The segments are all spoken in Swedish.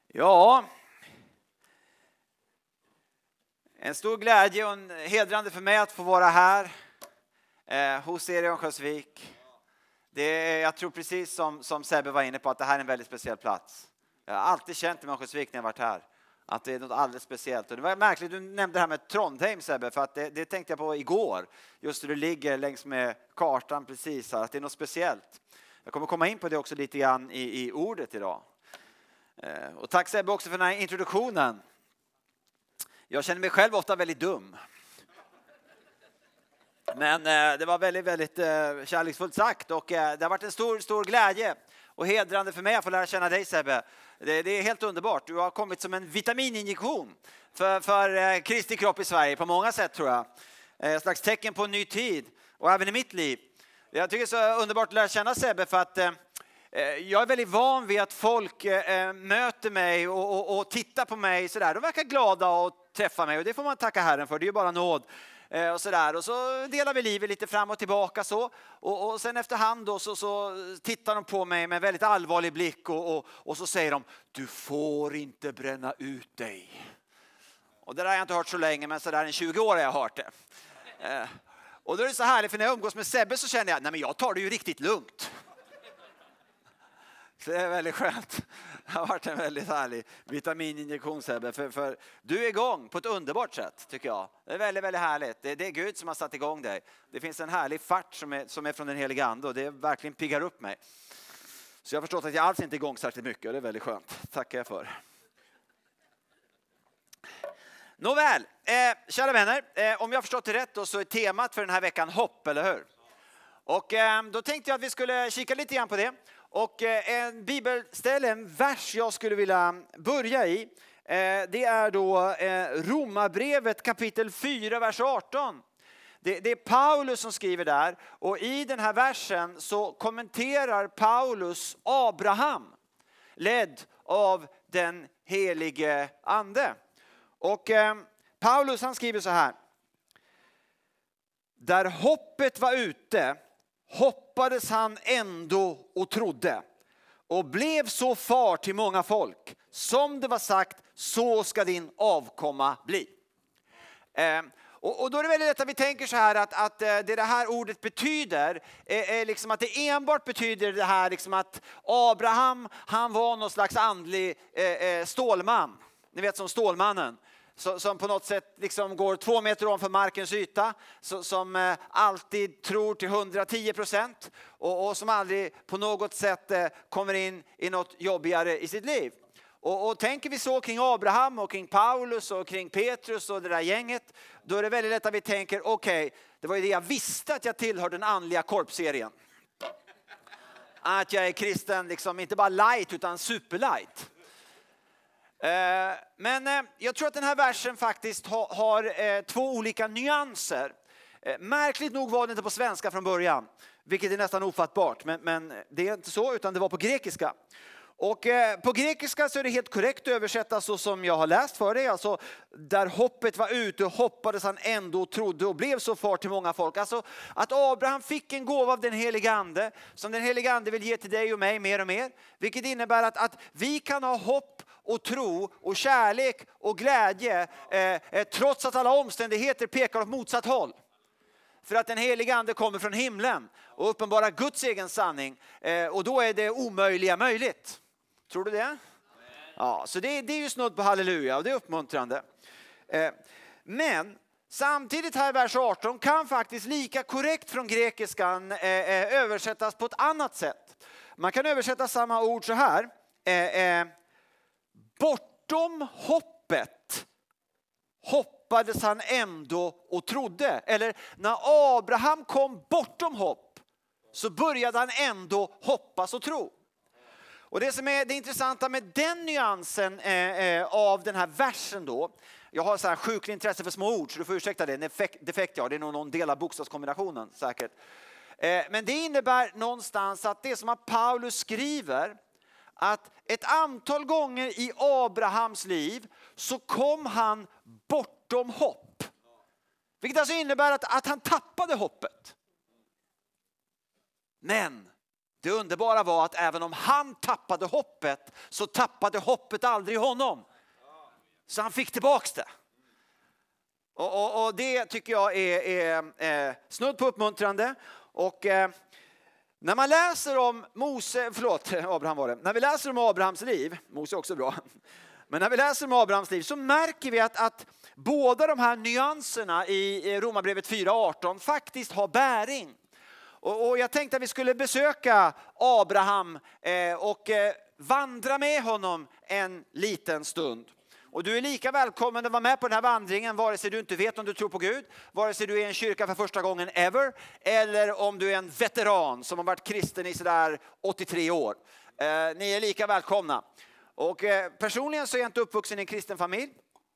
Ja, en stor glädje och en hedrande för mig att få vara här hos er i Örnsköldsvik. Jag tror precis som Sebbe var inne på att det här är en väldigt speciell plats. Jag har alltid känt i Örnsköldsvik när jag varit här att det är något alldeles speciellt. Och det var märkligt, du nämnde det här med Trondheim, Sebbe, för att det tänkte jag på igår. Just hur det ligger längs med kartan precis här, att det är något speciellt. Jag kommer komma in på det också lite grann i ordet idag. Och tack Sebbe också för den här introduktionen. Jag känner mig själv ofta väldigt dum. Men det var väldigt, väldigt kärleksfullt sagt. Och det har varit en stor glädje och hedrande för mig att få lära känna dig, Sebbe. Det är helt underbart. Du har kommit som en vitamininjektion för Kristi kropp i Sverige på många sätt, tror jag. Ett slags tecken på en ny tid och även i mitt liv. Jag tycker det är så underbart att lära känna Sebbe för att jag är väldigt van vid att folk möter mig och tittar på mig sådär. De verkar glada att träffa mig och det får man tacka Herren för. Det är ju bara nåd och sådär. Och så delar vi livet lite fram och tillbaka så. Och sen efterhand då så tittar de på mig med väldigt allvarlig blick och så säger de: du får inte bränna ut dig. Och det där har jag inte hört så länge, men sådär en 20 år har jag hört det. Och då är det så härligt, för när jag umgås med Sebbe så känner jag, nej men jag tar det ju riktigt lugnt. Så det är väldigt skönt. Det har varit en väldigt härlig vitamininjektion, Sebbe. För du är igång på ett underbart sätt, tycker jag. Det är väldigt, väldigt härligt. Det är Gud som har satt igång dig. Det finns en härlig fart som är från den heliga ande och det verkligen piggar upp mig. Så jag har förstått att jag alls inte är igång särskilt mycket och det är väldigt skönt. Tackar jag för. Nåväl, kära vänner. Om jag har förstått det rätt då, så är temat för den här veckan hopp, eller hur? Och då tänkte jag att vi skulle kika lite grann på det. Och en bibelställe, en vers jag skulle vilja börja i, det är då Romarbrevet kapitel 4, vers 18. Det är Paulus som skriver där, och i den här versen så kommenterar Paulus Abraham, ledd av den helige ande. Och Paulus, han skriver så här: där hoppet var ute hoppades han ändå och trodde och blev så far till många folk. Som det var sagt, så ska din avkomma bli. Och då är det väldigt lätt att vi tänker så här att det här ordet betyder är liksom att det enbart betyder det här liksom att Abraham, han var någon slags andlig stålman. Ni vet, som Stålmannen. Som på något sätt liksom går 2 meter ovanför markens yta. Som alltid tror till 110%. Och som aldrig på något sätt kommer in i något jobbigare i sitt liv. Och tänker vi så kring Abraham och kring Paulus och kring Petrus och det där gänget. Då är det väldigt lätt att vi tänker, okej, det var ju det jag visste, att jag tillhör den andliga korpserien. Att jag är kristen, liksom inte bara light utan superlight. Men jag tror att den här versen faktiskt har 2 olika nyanser. Märkligt nog var det inte på svenska från början, vilket är nästan ofattbart, men det är inte så, utan det var på grekiska. Och på grekiska så är det helt korrekt att översätta så som jag har läst för dig. Alltså, där hoppet var ute hoppades han ändå och trodde och blev så far till många folk. Alltså att Abraham fick en gåva av den heliga ande, som den heliga ande vill ge till dig och mig mer och mer. Vilket innebär att vi kan ha hopp och tro och kärlek och glädje trots att alla omständigheter pekar åt motsatt håll. För att den heliga ande kommer från himlen och uppenbarar Guds egen sanning. Och då är det omöjliga möjligt. Tror du det? Ja, så det är ju snudd på halleluja och det är uppmuntrande. Men samtidigt här i vers 18 kan faktiskt lika korrekt från grekiskan översättas på ett annat sätt. Man kan översätta samma ord så här. Bortom hoppet hoppades han ändå och trodde. Eller när Abraham kom bortom hopp så började han ändå hoppas och tro. Och det som är det intressanta med den nyansen av den här versen då. Jag har så här sjukligt intresse för små ord, så du får ursäkta det. En defekt, ja, det är nog någon del av bokstavskombinationen säkert. Men det innebär någonstans att det som att Paulus skriver, att ett antal gånger i Abrahams liv så kom han bortom hopp. Vilket alltså innebär att han tappade hoppet. Men Det underbara var att även om han tappade hoppet så tappade hoppet aldrig honom. Så han fick tillbaks det. Och det tycker jag är snudd på uppmuntrande. Och när man läser om Abraham var det. När vi läser om Abrahams liv, Mose är också bra. Men när vi läser om Abrahams liv så märker vi att båda de här nyanserna i Romarbrevet 4:18 faktiskt har bäring. Och jag tänkte att vi skulle besöka Abraham och vandra med honom en liten stund. Och du är lika välkommen att vara med på den här vandringen vare sig du inte vet om du tror på Gud, vare sig du är i en kyrka för första gången ever, eller om du är en veteran som har varit kristen i sådär 83 år. Ni är lika välkomna. Och personligen så är jag inte uppvuxen i en kristen familj.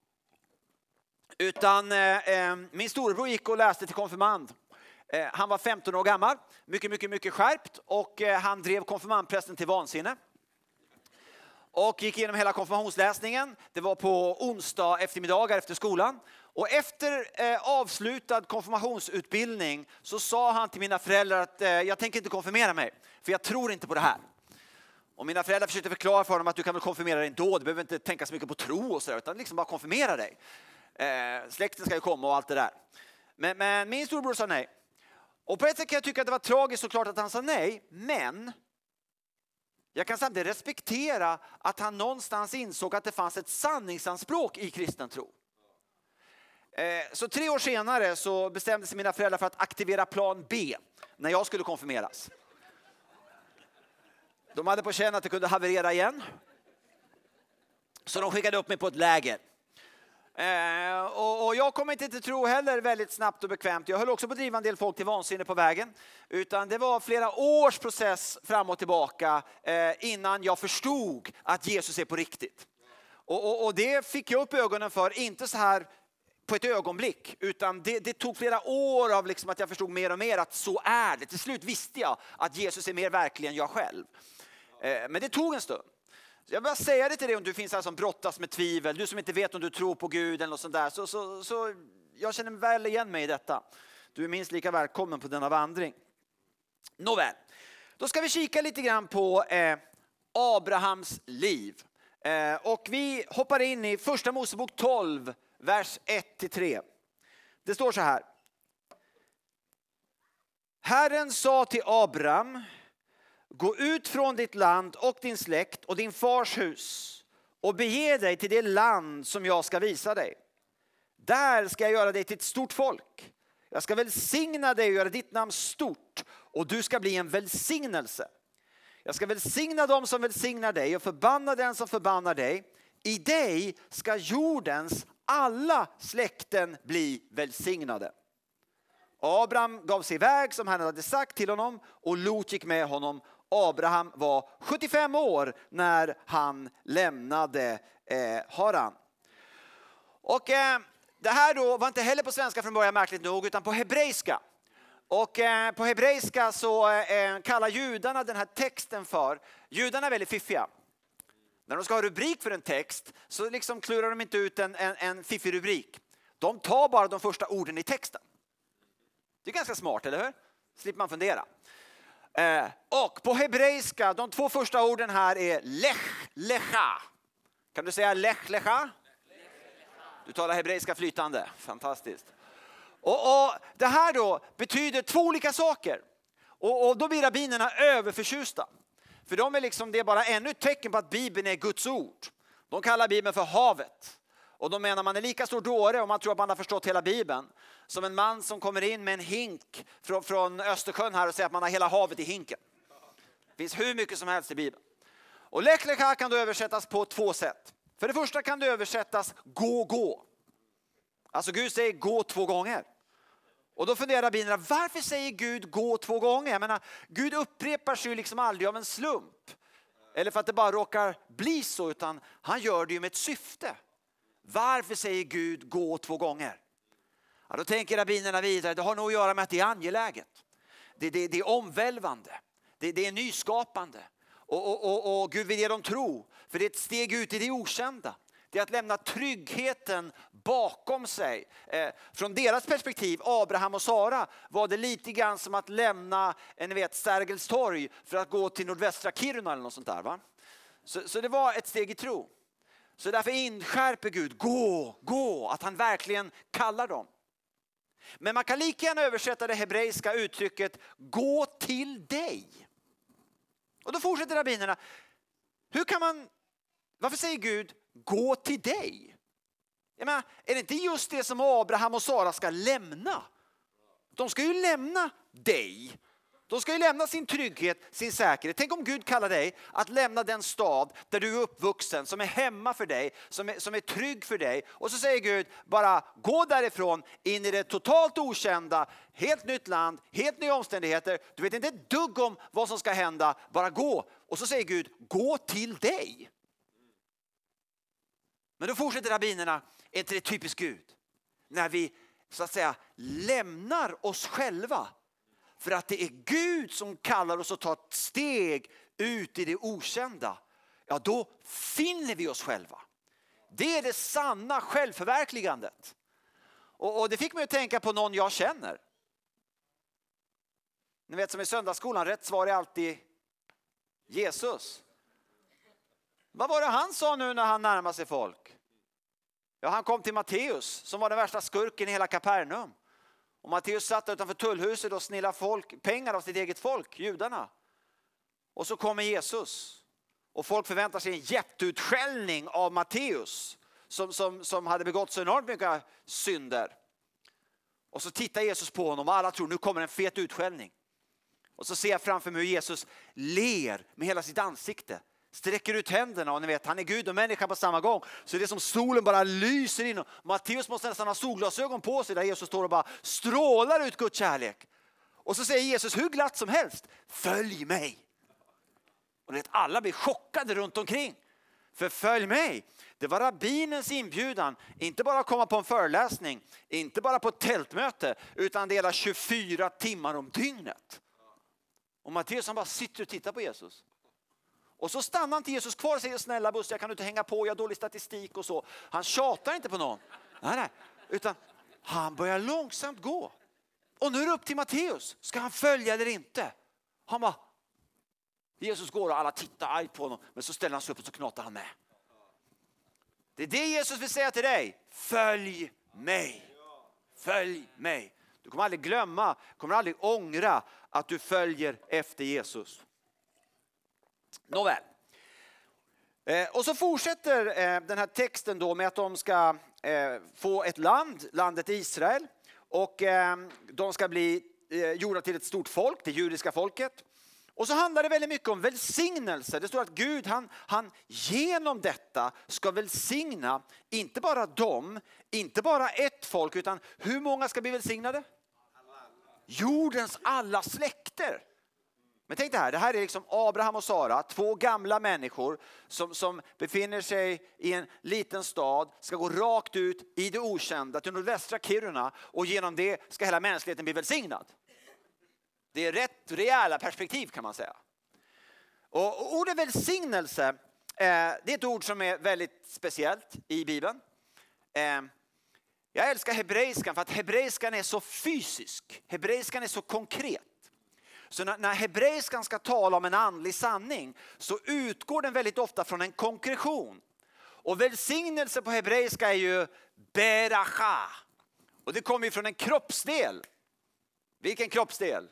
Utan min storebror gick och läste till konfirmand. Han var 15 år gammal, mycket skärpt, och han drev konfirmandprästen till vansinne. Och gick igenom hela konfirmationsläsningen. Det var på onsdag eftermiddagar efter skolan. Och efter avslutad konfirmationsutbildning så sa han till mina föräldrar att jag tänker inte konfirmera mig. För jag tror inte på det här. Och mina föräldrar försökte förklara för honom att du kan väl konfirmera dig ändå. Du behöver inte tänka så mycket på tro och sådär, utan liksom bara konfirmera dig. Släkten ska ju komma och allt det där. Men min storbror sa nej. Och på ett sätt kan jag tycka att det var tragiskt såklart att han sa nej. Men jag kan samtidigt respektera att han någonstans insåg att det fanns ett sanningsanspråk i kristen tro. Så 3 år senare så bestämde sig mina föräldrar för att aktivera plan B när jag skulle konfirmeras. De hade på känn att det kunde haverera igen. Så de skickade upp mig på ett läger. Och jag kom inte till tro heller väldigt snabbt och bekvämt. Jag höll också på att driva en del folk till vansinne på vägen. Utan det var flera års process fram och tillbaka innan jag förstod att Jesus är på riktigt. Och det fick jag upp ögonen för, inte så här på ett ögonblick. Utan det tog flera år av liksom att jag förstod mer och mer att så är det. Till slut visste jag att Jesus är mer verklig än jag själv. Men det tog en stund. Jag vill bara säga det till dig om du finns här som brottas med tvivel. Du som inte vet om du tror på Gud eller något sånt där. Så jag känner väl igen mig i detta. Du är minst lika välkommen på denna vandring. Nåväl, då ska vi kika lite grann på Abrahams liv. Och vi hoppar in i första Mosebok 12, vers 1-3. Det står så här. Herren sa till Abraham: gå ut från ditt land och din släkt och din fars hus och bege dig till det land som jag ska visa dig. Där ska jag göra dig till ett stort folk. Jag ska välsigna dig och göra ditt namn stort, och du ska bli en välsignelse. Jag ska välsigna dem som välsignar dig och förbanna den som förbannar dig. I dig ska jordens alla släkten bli välsignade. Abraham gav sig iväg som han hade sagt till honom, och Lot gick med honom. Abraham var 75 år när han lämnade Haran. Och det här då var inte heller på svenska från början, märkligt nog, utan på hebreiska. Och på hebreiska så kallar judarna den här texten för, judarna är väldigt fiffiga. När de ska ha rubrik för en text så liksom klurar de inte ut en fiffig rubrik. De tar bara de första orden i texten. Det är ganska smart, eller hur? Slipper man fundera. Och på hebreiska, de 2 första orden här är lech lecha. Kan du säga lech lecha? Du talar hebreiska flytande. Fantastiskt. Och det här då betyder 2 olika saker. Och då blir rabbinerna överförtjusta. För de är liksom, det är bara ännu ett tecken på att Bibeln är Guds ord. De kallar Bibeln för havet. Och de menar man är lika stor dåre om man tror att man har förstått hela Bibeln. Som en man som kommer in med en hink från Östersjön här och säger att man har hela havet i hinken. Det finns hur mycket som helst i Bibeln. Och lech lecha kan då översättas på 2 sätt. För det första kan det översättas gå. Alltså Gud säger gå 2 gånger. Och då funderar rabbinerna, varför säger Gud gå 2 gånger? Jag menar, Gud upprepar sig ju liksom aldrig av en slump. Eller för att det bara råkar bli så, utan han gör det ju med ett syfte. Varför säger Gud gå 2 gånger? Ja, då tänker rabbinerna vidare, det har nog att göra med att det är angeläget. Det är omvälvande. Det är nyskapande. Och Gud vill ge dem tro. För det är ett steg ut i det okända. Det är att lämna tryggheten bakom sig. Från deras perspektiv, Abraham och Sara, var det lite grann som att lämna Sergels torg för att gå till nordvästra Kiruna eller något sånt där. Va? Så det var ett steg i tro. Så därför inskärper Gud, gå, att han verkligen kallar dem. Men man kan lika gärna översätta det hebreiska uttrycket, gå till dig. Och då fortsätter rabbinerna, varför säger Gud, gå till dig? Jag menar, är det inte just det som Abraham och Sara ska lämna? De ska ju lämna dig. De ska ju lämna sin trygghet, sin säkerhet. Tänk om Gud kallar dig att lämna den stad där du är uppvuxen, som är hemma för dig, som är trygg för dig. Och så säger Gud, bara gå därifrån in i det totalt okända, helt nytt land, helt nya omständigheter. Du vet inte ett dugg om vad som ska hända, bara gå. Och så säger Gud, gå till dig. Men då fortsätter rabbinerna, är inte det typiskt Gud? När vi så att säga lämnar oss själva. För att det är Gud som kallar oss att ta ett steg ut i det okända. Ja, då finner vi oss själva. Det är det sanna självförverkligandet. Och det fick mig att tänka på någon jag känner. Ni vet som i söndagsskolan, rätt svar är alltid Jesus. Vad var det han sa nu när han närmade sig folk? Ja, han kom till Matteus som var den värsta skurken i hela Kapernaum. Och Matteus satt utanför tullhuset och snillade pengar av sitt eget folk, judarna. Och så kommer Jesus. Och folk förväntar sig en jätteutskällning av Matteus. Som hade begått så enormt mycket synder. Och så tittar Jesus på honom och alla tror nu kommer en fet utskällning. Och så ser jag framför mig hur Jesus ler med hela sitt ansikte. Sträcker ut händerna och ni vet, han är Gud och människa på samma gång. Så det är som solen bara lyser in. Och Matteus måste nästan ha solglasögon på sig där Jesus står och bara strålar ut Guds kärlek. Och så säger Jesus hur glatt som helst, följ mig. Och vet, alla blir chockade runt omkring. För följ mig, det var rabbinens inbjudan. Inte bara komma på en föreläsning, inte bara på ett tältmöte, utan dela 24 timmar om dygnet. Och Matteus han bara sitter och tittar på Jesus. Och så stannar han till Jesus kvar och säger snälla buss, jag kan inte hänga på, jag har dålig statistik och så. Han tjatar inte på någon. Nej. Utan han börjar långsamt gå. Och nu är det upp till Matteus. Ska han följa eller inte? Han bara, Jesus går och alla tittar argt på honom. Men så ställer han sig upp och så knatar han med. Det är det Jesus vill säga till dig. Följ mig. Följ mig. Du kommer aldrig glömma, kommer aldrig ångra att du följer efter Jesus. Nåväl. Och så fortsätter den här texten då med att de ska få ett landet Israel. Och de ska bli gjorda till ett stort folk, det judiska folket. Och så handlar det väldigt mycket om välsignelse. Det står att Gud han genom detta ska välsigna inte bara dem, inte bara ett folk, utan hur många ska bli välsignade? Jordens alla släkter. Men tänk det här är liksom Abraham och Sara, två gamla människor som befinner sig i en liten stad, ska gå rakt ut i det okända till nordvästra Kiruna och genom det ska hela mänskligheten bli välsignad. Det är rätt rejäla perspektiv kan man säga. Och ordet välsignelse, det är ett ord som är väldigt speciellt i Bibeln. Jag älskar hebreiskan för att hebreiskan är så fysisk. Hebreiskan är så konkret. Så när hebreiskan ska tala om en andlig sanning så utgår den väldigt ofta från en konkretion. Och välsignelse på hebreiska är ju beracha. Och det kommer ju från en kroppsdel. Vilken kroppsdel?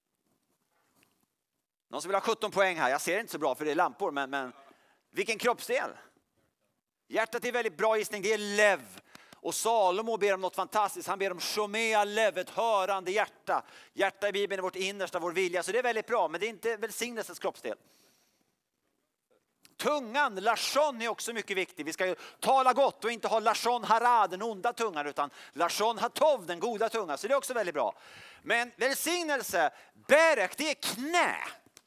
Någon som vill ha 17 poäng här. Jag ser inte så bra för det är lampor. Men vilken kroppsdel? Hjärtat är väldigt bra gissning. Det är lev. Och Salomo ber om något fantastiskt. Han ber om shomea lev, ett hörande hjärta. Hjärta i Bibeln är vårt innersta, vår vilja. Så det är väldigt bra. Men det är inte välsignelsens kroppsdel. Tungan, lashon är också mycket viktig. Vi ska ju tala gott och inte ha lashon hara, den onda tungan. Utan lashon hatov, den goda tungan. Så det är också väldigt bra. Men välsignelse, berek, det är knä.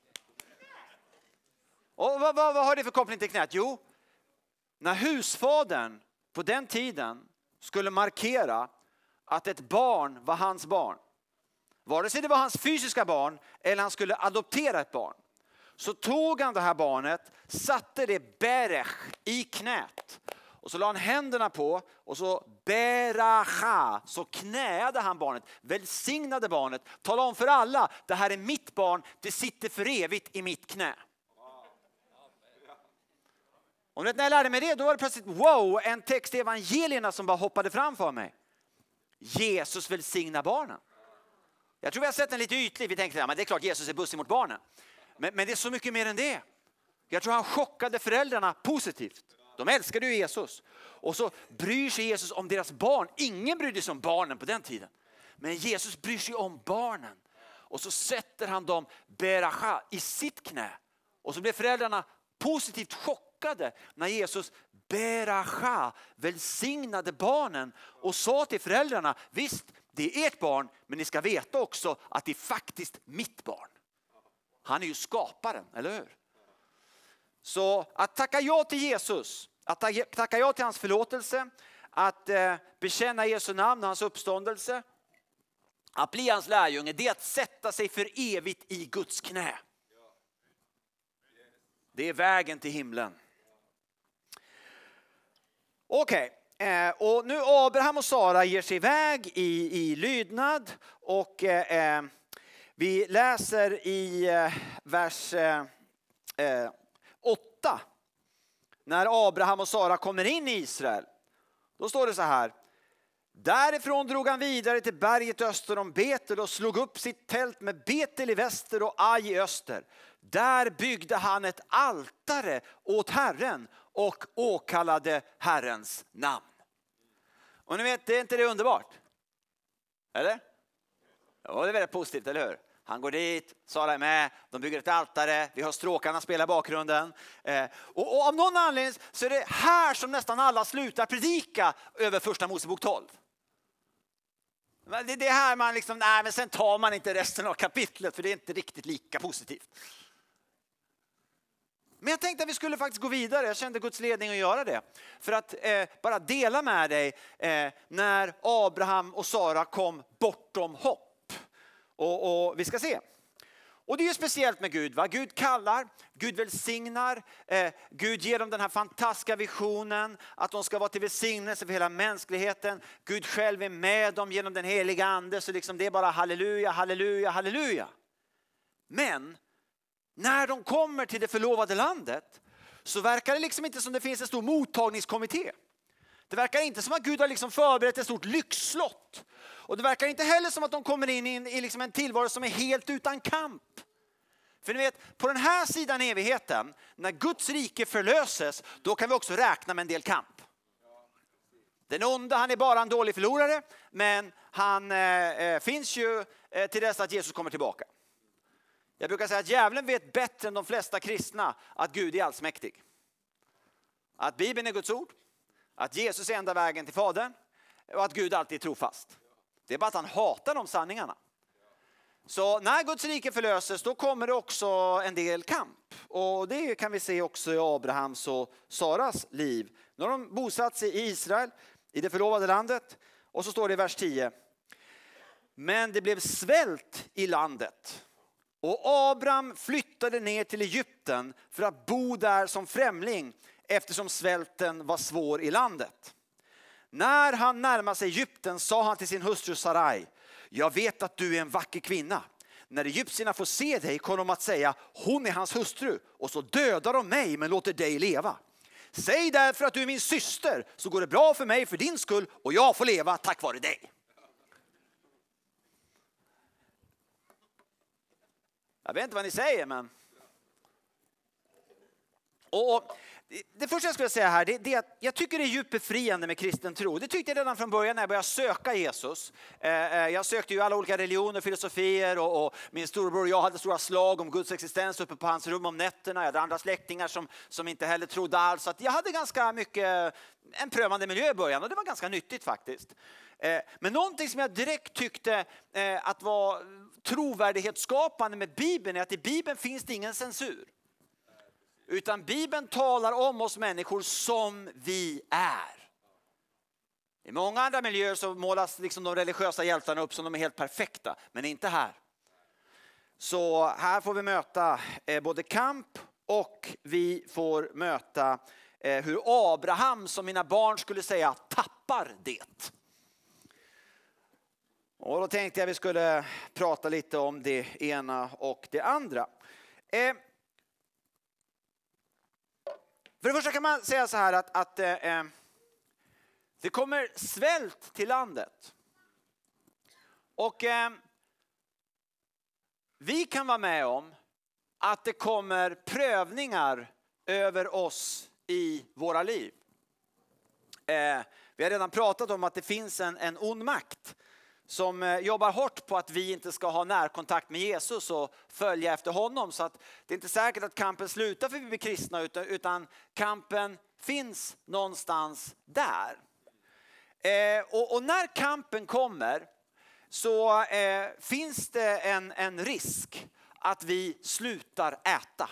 Och vad har det för koppling till knät? Jo, när husfadern på den tiden skulle markera att ett barn var hans barn. Vare sig det var hans fysiska barn eller han skulle adoptera ett barn. Så tog han det här barnet, satte det berech i knät. Och så la han händerna på och så beracha, så knäade han barnet, välsignade barnet, talade om för alla, det här är mitt barn, det sitter för evigt i mitt knä. Och när jag lärde mig det, då var det plötsligt en text i evangelierna som bara hoppade fram för mig. Jesus välsignar barnen. Jag tror vi har sett den lite ytligt, vi tänkte att det är klart Jesus är bussig mot barnen. Men det är så mycket mer än det. Jag tror han chockade föräldrarna positivt. De älskade ju Jesus. Och så bryr sig Jesus om deras barn. Ingen brydde sig om barnen på den tiden. Men Jesus bryr sig om barnen. Och så sätter han dem beracha i sitt knä. Och så blev föräldrarna positivt chockade när Jesus beracha välsignade barnen. Och sa till föräldrarna, visst det är ert barn, men ni ska veta också att det är faktiskt mitt barn. Han är ju skaparen, eller hur? Så att tacka ja till Jesus, att tacka ja till hans förlåtelse, att bekänna Jesu namn och hans uppståndelse, att bli hans lärjunge, det är att sätta sig för evigt i Guds knä. Det är vägen till himlen. Okej. Och nu Abraham och Sara ger sig iväg i lydnad och vi läser i vers 8. När Abraham och Sara kommer in i Israel, då står det så här. Därifrån drog han vidare till berget öster om Betel och slog upp sitt tält med Betel i väster och Aj i öster. Där byggde han ett altare åt Herren och åkallade Herrens namn. Och ni vet, det är inte det underbart? Eller? Ja, det är väldigt positivt, eller hur? Han går dit, Sara är med, de bygger ett altare, vi har stråkarna spela i bakgrunden. Och av någon anledning så är det här som nästan alla slutar predika över första Mosebok 12. Det är här man liksom, nej men sen tar man inte resten av kapitlet för det är inte riktigt lika positivt. Men jag tänkte att vi skulle faktiskt gå vidare. Jag kände Guds ledning att göra det. För att bara dela med dig när Abraham och Sara kom bortom hopp. Och vi ska se. Och det är ju speciellt med Gud. Va? Gud kallar, Gud välsignar. Gud ger dem den här fantastiska visionen att de ska vara till välsignelse för hela mänskligheten. Gud själv är med dem genom den heliga ande. Så liksom det är bara halleluja, halleluja, halleluja. Men när de kommer till det förlovade landet så verkar det liksom inte som det finns en stor mottagningskommitté. Det verkar inte som att Gud har liksom förberett ett stort lyxslott. Och det verkar inte heller som att de kommer in i liksom en tillvaro som är helt utan kamp. För ni vet, på den här sidan evigheten, när Guds rike förlöses, då kan vi också räkna med en del kamp. Den onde, han är bara en dålig förlorare, men han finns ju till dess att Jesus kommer tillbaka. Jag brukar säga att djävulen vet bättre än de flesta kristna att Gud är allsmäktig. Att Bibeln är Guds ord. Att Jesus är enda vägen till Fadern. Och att Gud alltid är trofast. Det är bara att han hatar de sanningarna. Så när Guds rike förlöses då kommer det också en del kamp. Och det kan vi se också i Abrahams och Saras liv. Nu har de bosatt sig i Israel, i det förlovade landet. Och så står det i vers 10. Men det blev svält i landet. Och Abraham flyttade ner till Egypten för att bo där som främling eftersom svälten var svår i landet. När han närmade sig Egypten sa han till sin hustru Sarai: jag vet att du är en vacker kvinna. När egyptierna får se dig kommer de att säga: hon är hans hustru, och så dödar de mig men låter dig leva. Säg därför att du är min syster, så går det bra för mig för din skull och jag får leva tack vare dig. Jag vet inte vad ni säger, men... Och det första jag skulle säga här, det är att jag tycker det är djupt befriande med kristen tro. Det tyckte jag redan från början när jag började söka Jesus. Jag sökte ju alla olika religioner, filosofier och min storebror och jag hade stora slag om Guds existens uppe på hans rum om nätterna. Jag hade andra släktingar som inte heller trodde alls. Så att jag hade ganska mycket en prövande miljö i början och det var ganska nyttigt faktiskt. Men någonting som jag direkt tyckte att var trovärdighetsskapande med Bibeln är att i Bibeln finns det ingen censur. Utan Bibeln talar om oss människor som vi är. I många andra miljöer så målas liksom de religiösa hjältarna upp som de är helt perfekta. Men inte här. Så här får vi möta både kamp och vi får möta hur Abraham, som mina barn skulle säga, tappar det. Och då tänkte jag vi skulle prata lite om det ena och det andra. För det första kan man säga så här att det kommer svält till landet. Och vi kan vara med om att det kommer prövningar över oss i våra liv. Vi har redan pratat om att det finns en ond makt som jobbar hårt på att vi inte ska ha närkontakt med Jesus och följa efter honom. Så att det är inte säkert att kampen slutar för att vi blir kristna, utan kampen finns någonstans där. Och när kampen kommer så finns det en risk att vi slutar äta.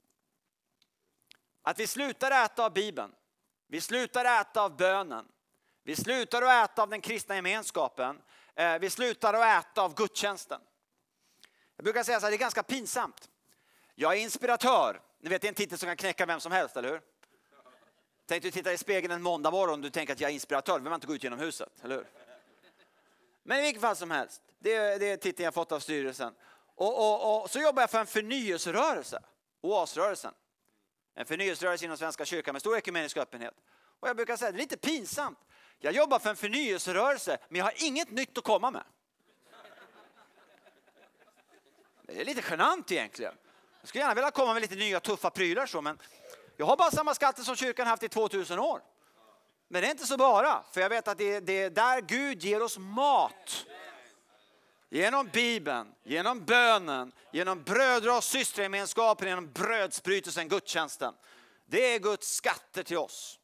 Att vi slutar äta av Bibeln. Vi slutar äta av bönen. Vi slutar att äta av den kristna gemenskapen. Vi slutar att äta av gudstjänsten. Jag brukar säga så här, det är ganska pinsamt. Jag är inspiratör. Ni vet, det är en titel som kan knäcka vem som helst, eller hur? Tänk du tittar i spegeln en måndag morgon och du tänker att jag är inspiratör. Vill man inte gå ut genom huset, eller hur? Men i vilket fall som helst. Det är titeln jag fått av styrelsen. Och så jobbar jag för en förnyelserörelse. Oasrörelsen. En förnyelserörelse inom Svenska kyrkan med stor ekumenisk öppenhet. Och jag brukar säga, det är lite pinsamt. Jag jobbar för en förnyelserörelse, men jag har inget nytt att komma med. Det är lite genant egentligen. Jag skulle gärna vilja komma med lite nya tuffa prylar så, men jag har bara samma skatter som kyrkan haft i 2000 år. Men det är inte så bara, för jag vet att det är där Gud ger oss mat. Genom Bibeln, genom bönen, genom bröder och systergemenskapen, genom brödsbrytelsen, gudstjänsten. Det är Guds skatter till oss.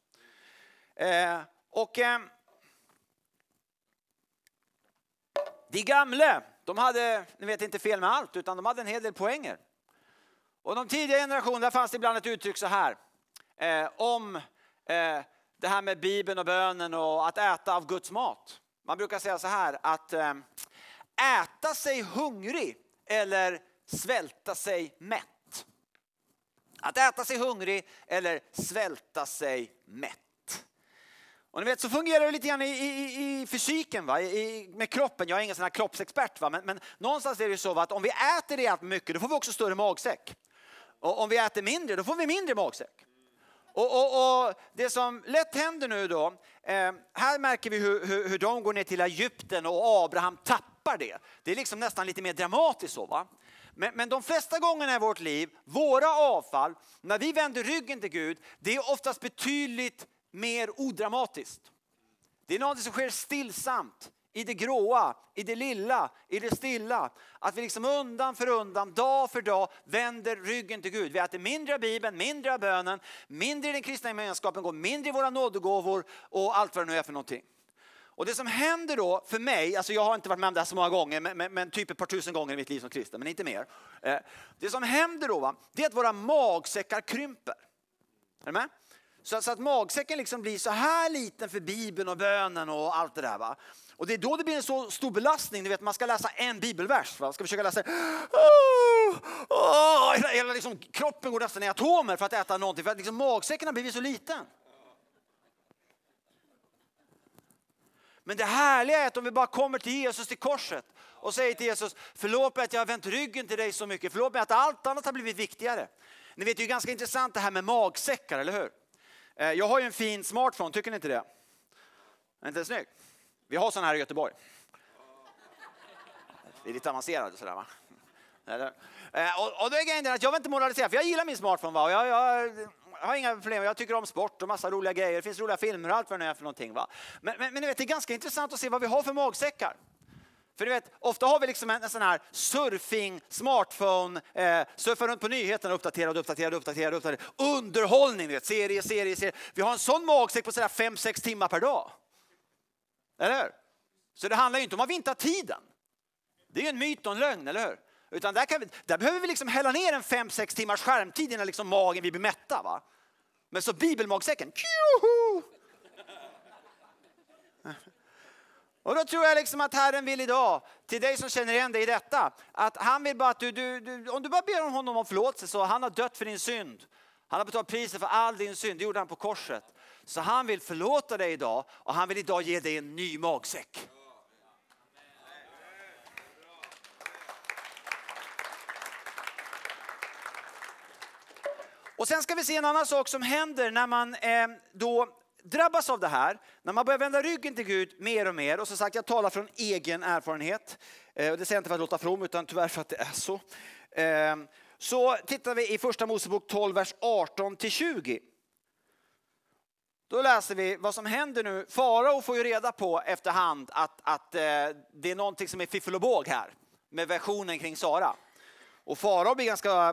De gamla, de hade, ni vet, inte fel med allt, utan de hade en hel del poänger. Och de tidiga generationerna fanns det ibland ett uttryck så här. Om det här med Bibeln och bönen och att äta av Guds mat. Man brukar säga så här att äta sig hungrig eller svälta sig mätt. Att äta sig hungrig eller svälta sig mätt. Och ni vet, så fungerar det lite grann i fysiken, va? Med kroppen. Jag är ingen sån här kroppsexpert, va? Men någonstans är det ju så, va? Att om vi äter det allt mycket, då får vi också större magsäck. Och om vi äter mindre, då får vi mindre magsäck. Och det som lätt händer nu då, här märker vi hur de går ner till Egypten och Abraham tappar det. Det är liksom nästan lite mer dramatiskt så, va? Men de flesta gångerna i vårt liv, våra avfall, när vi vänder ryggen till Gud, det är oftast betydligt mer odramatiskt. Det är något som sker stillsamt, i det gråa, i det lilla, i det stilla. Att vi liksom undan för undan, dag för dag vänder ryggen till Gud. Vi äter mindre av Bibeln, mindre av bönen, mindre i den kristna gemenskapen, går mindre i våra nådegåvor och allt vad det nu är för någonting. Och det som händer då för mig, alltså jag har inte varit med om det här så många gånger, men typ ett par tusen gånger i mitt liv som kristen, men inte mer. Det som händer då, va, det är att våra magsäckar krymper. Är du med? Så att magsäcken liksom blir så här liten för Bibeln och bönen och allt det där, va. Och det är då det blir en så stor belastning. Du vet, man ska läsa en bibelvers, va? Ska försöka läsa. Hela liksom, kroppen går nästan i atomer för att äta någonting. För att liksom, magsäcken har blivit så liten. Men det härliga är att om vi bara kommer till Jesus till korset och säger till Jesus, förlåt mig att jag har vänt ryggen till dig så mycket. Förlåt mig att allt annat har blivit viktigare. Ni vet, det är ju ganska intressant det här med magsäckar, eller hur? Jag har ju en fin smartphone, tycker ni inte det? Är inte det snyggt? Vi har sån här i Göteborg. Det är lite avancerade sådär, va? Och då är grejen att jag vill inte moralisera, för jag gillar min smartphone, va? Och jag har inga problem, jag tycker om sport och massa roliga grejer. Det finns roliga filmer och allt vad det är för någonting, va? Men ni vet, det är ganska intressant att se vad vi har för magsäckar. För du vet, ofta har vi liksom en sån här surfing, smartphone, surfar runt på nyheterna, uppdaterad. Underhållning, du vet, serie. Vi har en sån magsäck på sådär 5-6 timmar per dag. Eller hur? Så det handlar ju inte om att vi inte har tiden. Det är ju en myt och en lögn, eller hur? Utan där behöver vi liksom hälla ner en 5-6 timmars skärmtid innan liksom magen vi blir mätta, va? Men så bibelmagsäcken. Och då tror jag liksom att Herren vill idag, till dig som känner igen dig i detta, att han vill bara att du om du bara ber om honom om förlåtelse, så han har dött för din synd. Han har betalat priset för all din synd. Det gjorde han på korset. Så han vill förlåta dig idag. Och han vill idag ge dig en ny magsäck. Och sen ska vi se en annan sak som händer när man då drabbas av det här. När man börjar vända ryggen till Gud mer och mer. Och som sagt, jag talar från egen erfarenhet. Och det säger jag inte för att låta from, utan tyvärr för att det är så. Så tittar vi i första Mosebok 12, vers 18-20. Då läser vi vad som händer nu. Farao får ju reda på efterhand att det är någonting som är fiffel och båg här. Med versionen kring Sara. Och Farao blir ganska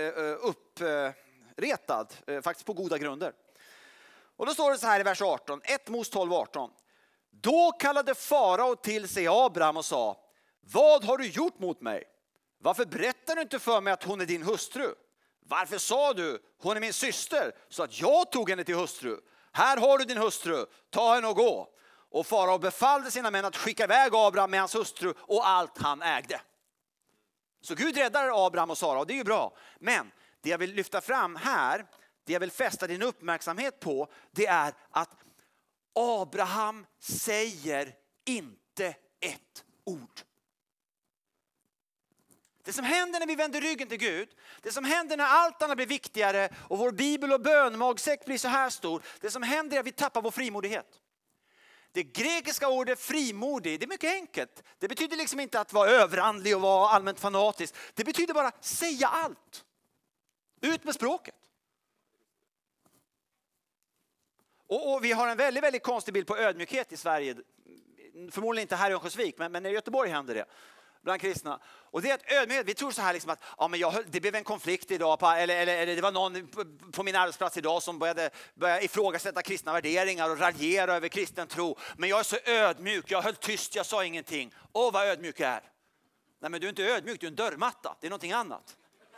uppretad, faktiskt på goda grunder. Och då står det så här i vers 18. 1 Mos 12, 18. Då kallade Farao till sig Abraham och sa: vad har du gjort mot mig? Varför berättar du inte för mig att hon är din hustru? Varför sa du, hon är min syster, så att jag tog henne till hustru? Här har du din hustru, ta henne och gå. Och Farao befallde sina män att skicka iväg Abraham med hans hustru och allt han ägde. Så Gud räddar Abraham och Sara, och det är ju bra. Men det jag vill lyfta fram här, det jag vill fästa din uppmärksamhet på, det är att Abraham säger inte ett ord. Det som händer när vi vänder ryggen till Gud, det som händer när allt annat blir viktigare och vår bibel och bönmagsäck blir så här stor, det som händer är att vi tappar vår frimodighet. Det grekiska ordet frimodig, det är mycket enkelt. Det betyder liksom inte att vara överandlig och vara allmänt fanatisk. Det betyder bara säga allt. Ut med språket. Och vi har en väldigt, väldigt konstig bild på ödmjukhet i Sverige. Förmodligen inte här i Örnsköldsvik, men i Göteborg händer det. Bland kristna. Och det är att ödmjukhet, vi tror så här liksom att ja, men det blev en konflikt idag eller det var någon på min arbetsplats idag som började ifrågasätta kristna värderingar och raljera över kristen tro. Men jag är så ödmjuk, jag höll tyst, jag sa ingenting. Åh, vad ödmjuk jag är. Nej, men du är inte ödmjuk, du är en dörrmatta. Det är någonting annat.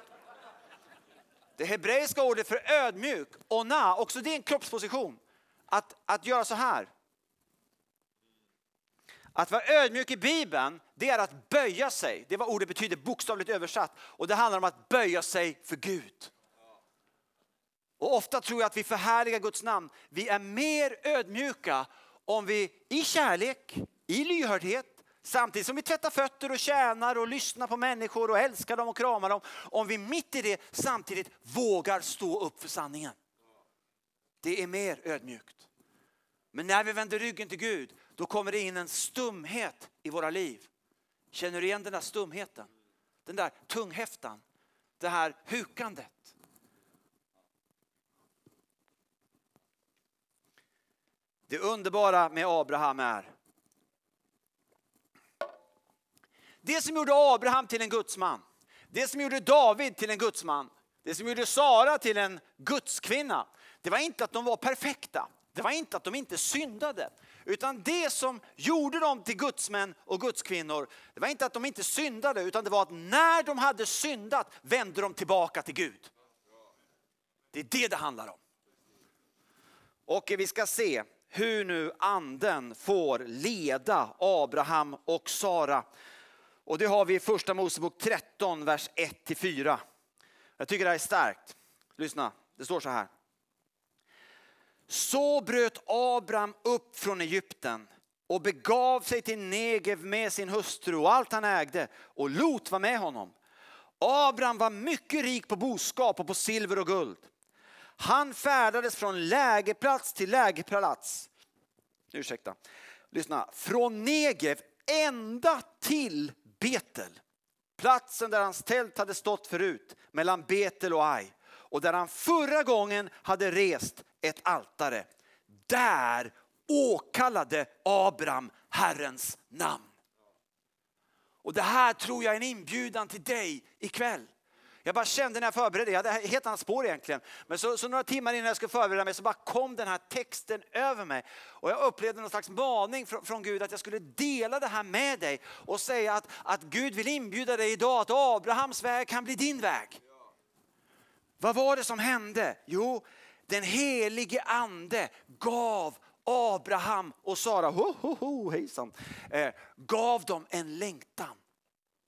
Det hebreiska ordet för ödmjuk, ona, också det är en kroppsposition. Att göra så här. Att vara ödmjuk i Bibeln, det är att böja sig. Det är vad ordet betyder bokstavligt översatt. Och det handlar om att böja sig för Gud. Och ofta tror jag att vi förhärligar Guds namn. Vi är mer ödmjuka om vi i kärlek, i lyhördhet, samtidigt som vi tvättar fötter och tjänar och lyssnar på människor och älskar dem och kramar dem. Om vi mitt i det samtidigt vågar stå upp för sanningen. Det är mer ödmjukt. Men när vi vänder ryggen till Gud, då kommer det in en stumhet i våra liv. Känner du igen den där stumheten? Den där tunghäftan. Det här hukandet. Det underbara med Abraham är det som gjorde Abraham till en gudsman. Det som gjorde David till en gudsman. Det som gjorde Sara till en gudskvinna. Det var inte att de var perfekta. Det var inte att de inte syndade. Utan det som gjorde dem till gudsmän och gudskvinnor, det var inte att de inte syndade, utan det var att när de hade syndat vände de tillbaka till Gud. Det är det handlar om. Och vi ska se hur nu anden får leda Abraham och Sara. Och det har vi i första Mosebok 13, vers 1-4. Jag tycker det här är starkt. Lyssna, det står så här. Så bröt Abraham upp från Egypten och begav sig till Negev med sin hustru och allt han ägde, och Lot var med honom. Abraham var mycket rik på boskap och på silver och guld. Han färdades från lägerplats till lägerplats. Ursäkta. Lyssna. Från Negev ända till Betel. Platsen där hans tält hade stått förut, mellan Betel och Ai. Och där han förra gången hade rest ett altare. Där åkallade Abraham Herrens namn. Och det här tror jag är en inbjudan till dig ikväll. Jag bara kände när jag förberedde, jag hade helt annat spår egentligen. Men så några timmar innan jag skulle förbereda mig så bara kom den här texten över mig. Och jag upplevde någon slags maning från Gud att jag skulle dela det här med dig. Och säga att Gud vill inbjuda dig idag att Abrahams väg kan bli din väg. Vad var det som hände? Jo, den helige ande gav Abraham och Sara, hejsan, gav dem en längtan.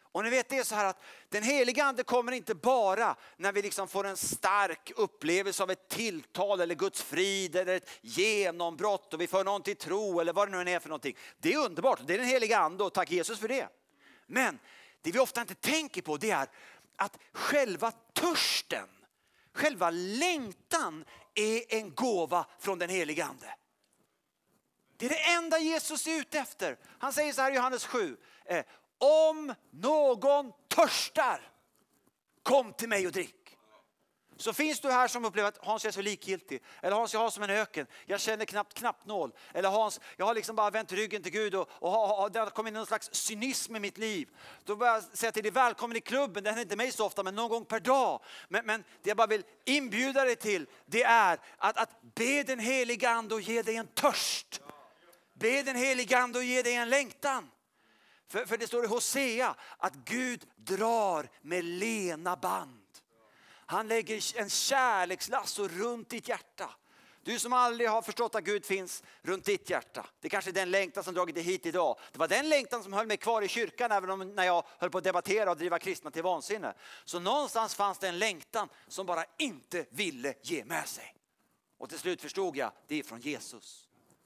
Och ni vet, det är så här att den heliga ande kommer inte bara när vi liksom får en stark upplevelse av ett tilltal eller Guds frid eller ett genombrott och vi får någon till tro eller vad det nu är för någonting. Det är underbart, det är den heliga ande och tack Jesus för det. Men det vi ofta inte tänker på, det är att själva törsten, själva längtan är en gåva från den heliga ande. Det är det enda Jesus är ute efter. Han säger så här i Johannes 7. Om någon törstar, kom till mig och drick. Så finns du här som upplever att Hans är så likgiltig. Eller Hans, jag har som en öken. Jag känner knappt knappnål. Eller Hans, jag har liksom bara vänt ryggen till Gud och det har kommit någon slags cynism i mitt liv. Då börjar jag säga till dig, välkommen i klubben. Det händer inte mig så ofta, men någon gång per dag. Men det jag bara vill inbjuda dig till, det är att be den heliga ande och ge dig en törst. Be den heliga ande och ge dig en längtan. För det står i Hosea att Gud drar med lena band. Han lägger en kärlekslasso runt ditt hjärta. Du som aldrig har förstått att Gud finns runt ditt hjärta. Det kanske är den längtan som dragit dig hit idag. Det var den längtan som höll mig kvar i kyrkan även om när jag höll på att debattera och driva kristna till vansinne. Så någonstans fanns det en längtan som bara inte ville ge med sig. Och till slut förstod jag, det är från Jesus.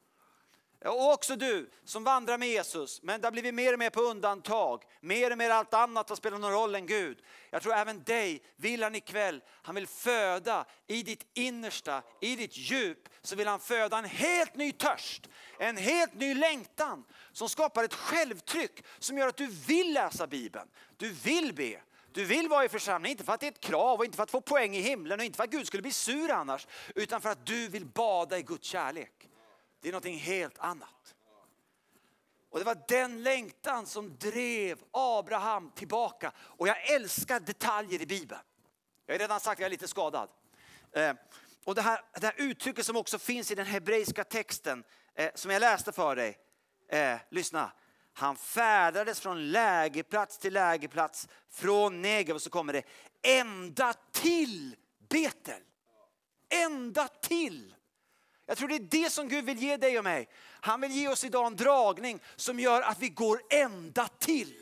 Och också du som vandrar med Jesus, men det har blivit mer och mer på undantag. Mer och mer allt annat har spelat någon roll än Gud. Jag tror även dig vill han ikväll, han vill föda i ditt innersta, i ditt djup. Så vill han föda en helt ny törst, en helt ny längtan. Som skapar ett självtryck som gör att du vill läsa Bibeln. Du vill be. Du vill vara i församling, inte för att det är ett krav och inte för att få poäng i himlen och inte för att Gud skulle bli sur annars. Utan för att du vill bada i Guds kärlek. Det är någonting helt annat. Och det var den längtan som drev Abraham tillbaka. Och jag älskar detaljer i Bibeln. Jag har redan sagt att jag är lite skadad. Och det här uttrycket som också finns i den hebreiska texten som jag läste för dig. Lyssna. Han färdades från lägerplats till lägerplats. Från Negev, och så kommer det ända till Betel. Ända till. Jag tror det är det som Gud vill ge dig och mig. Han vill ge oss idag en dragning som gör att vi går ända till.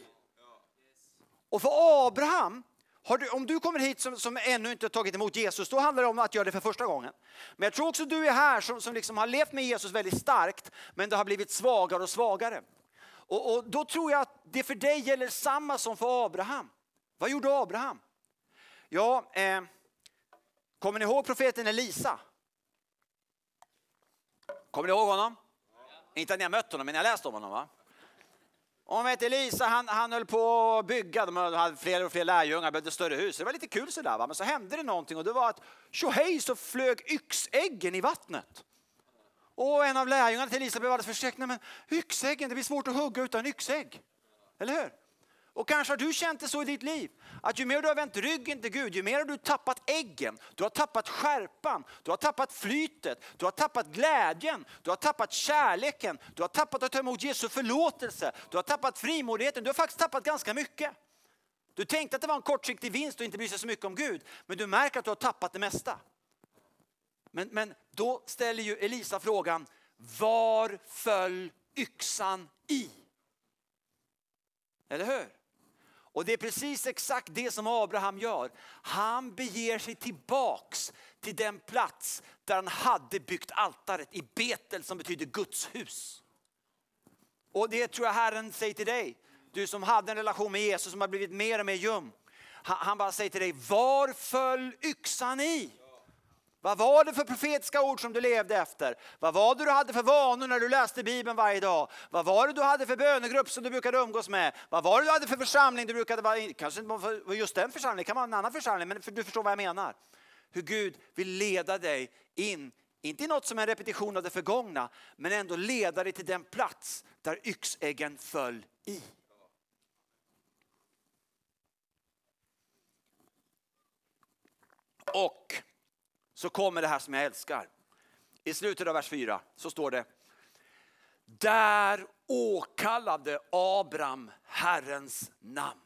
Och för Abraham, om du kommer hit som ännu inte tagit emot Jesus, då handlar det om att göra det för första gången. Men jag tror också du är här som liksom har levt med Jesus väldigt starkt, men det har blivit svagare och svagare. Och då tror jag att det för dig gäller samma som för Abraham. Vad gjorde Abraham? Ja, kommer ni ihåg profeten Elisa? Kommer ni ihåg honom? Ja. Inte att ni har mött honom, men ni har läst om honom, va? Om vet Elisa, han höll på att bygga. De hade fler och fler lärjungar, byggde större hus. Det var lite kul sådär, va? Men så hände det någonting och det var att tjohej så flög yxäggen i vattnet. Och en av lärjungarna till Elisa blev alldeles förskräckt. Men yxäggen, det blir svårt att hugga utan yxägg. Eller hur? Och kanske har du känt det så i ditt liv. Att ju mer du har vänt ryggen till Gud, ju mer har du tappat äggen. Du har tappat skärpan, du har tappat flytet, du har tappat glädjen, du har tappat kärleken, du har tappat att ta emot Jesu förlåtelse, du har tappat frimodigheten, du har faktiskt tappat ganska mycket. Du tänkte att det var en kortsiktig vinst och inte bry sig så mycket om Gud, men du märker att du har tappat det mesta. Men då ställer ju Elisa frågan, var föll yxan i? Eller hur? Och det är precis exakt det som Abraham gör. Han beger sig tillbaks till den plats där han hade byggt altaret i Betel, som betyder Guds hus. Och det tror jag Herren säger till dig. Du som hade en relation med Jesus som har blivit mer och mer ljum. Han bara säger till dig, var föll yxan i? Vad var det för profetiska ord som du levde efter? Vad var det du hade för vanor när du läste Bibeln varje dag? Vad var det du hade för bönegrupp som du brukade umgås med? Vad var det du hade för församling du brukade vara i? Kanske inte var just den församlingen, det kan vara en annan församling, men du förstår vad jag menar. Hur Gud vill leda dig in, inte i något som är en repetition av det förgångna, men ändå leda dig till den plats där yxäggen föll i. Och så kommer det här som jag älskar. I slutet av vers 4 så står det: där åkallade Abraham Herrens namn.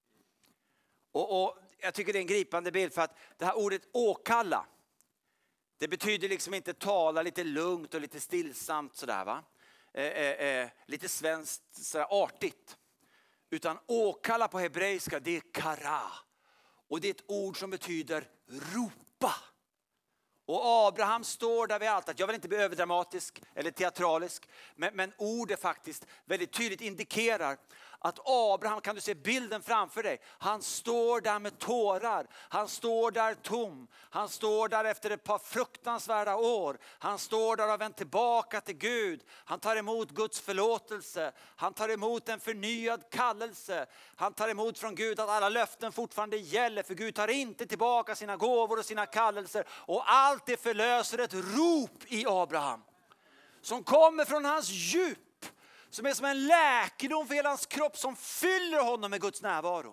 Och jag tycker det är en gripande bild, för att det här ordet åkalla, det betyder liksom inte tala lite lugnt och lite stillsamt sådär, va? Lite svenskt sådär artigt. Utan åkalla på hebreiska, det är kara. Och det är ett ord som betyder ropa. Och Abraham står där vid altaret. Jag vill inte bli överdramatisk eller teatralisk. Men ordet faktiskt väldigt tydligt indikerar att Abraham, kan du se bilden framför dig. Han står där med tårar. Han står där tom. Han står där efter ett par fruktansvärda år. Han står där och har vänt tillbaka till Gud. Han tar emot Guds förlåtelse. Han tar emot en förnyad kallelse. Han tar emot från Gud att alla löften fortfarande gäller. För Gud tar inte tillbaka sina gåvor och sina kallelser. Och allt det förlöser ett rop i Abraham. Som kommer från hans djup. Som är som en läkedom för hela hans kropp som fyller honom med Guds närvaro.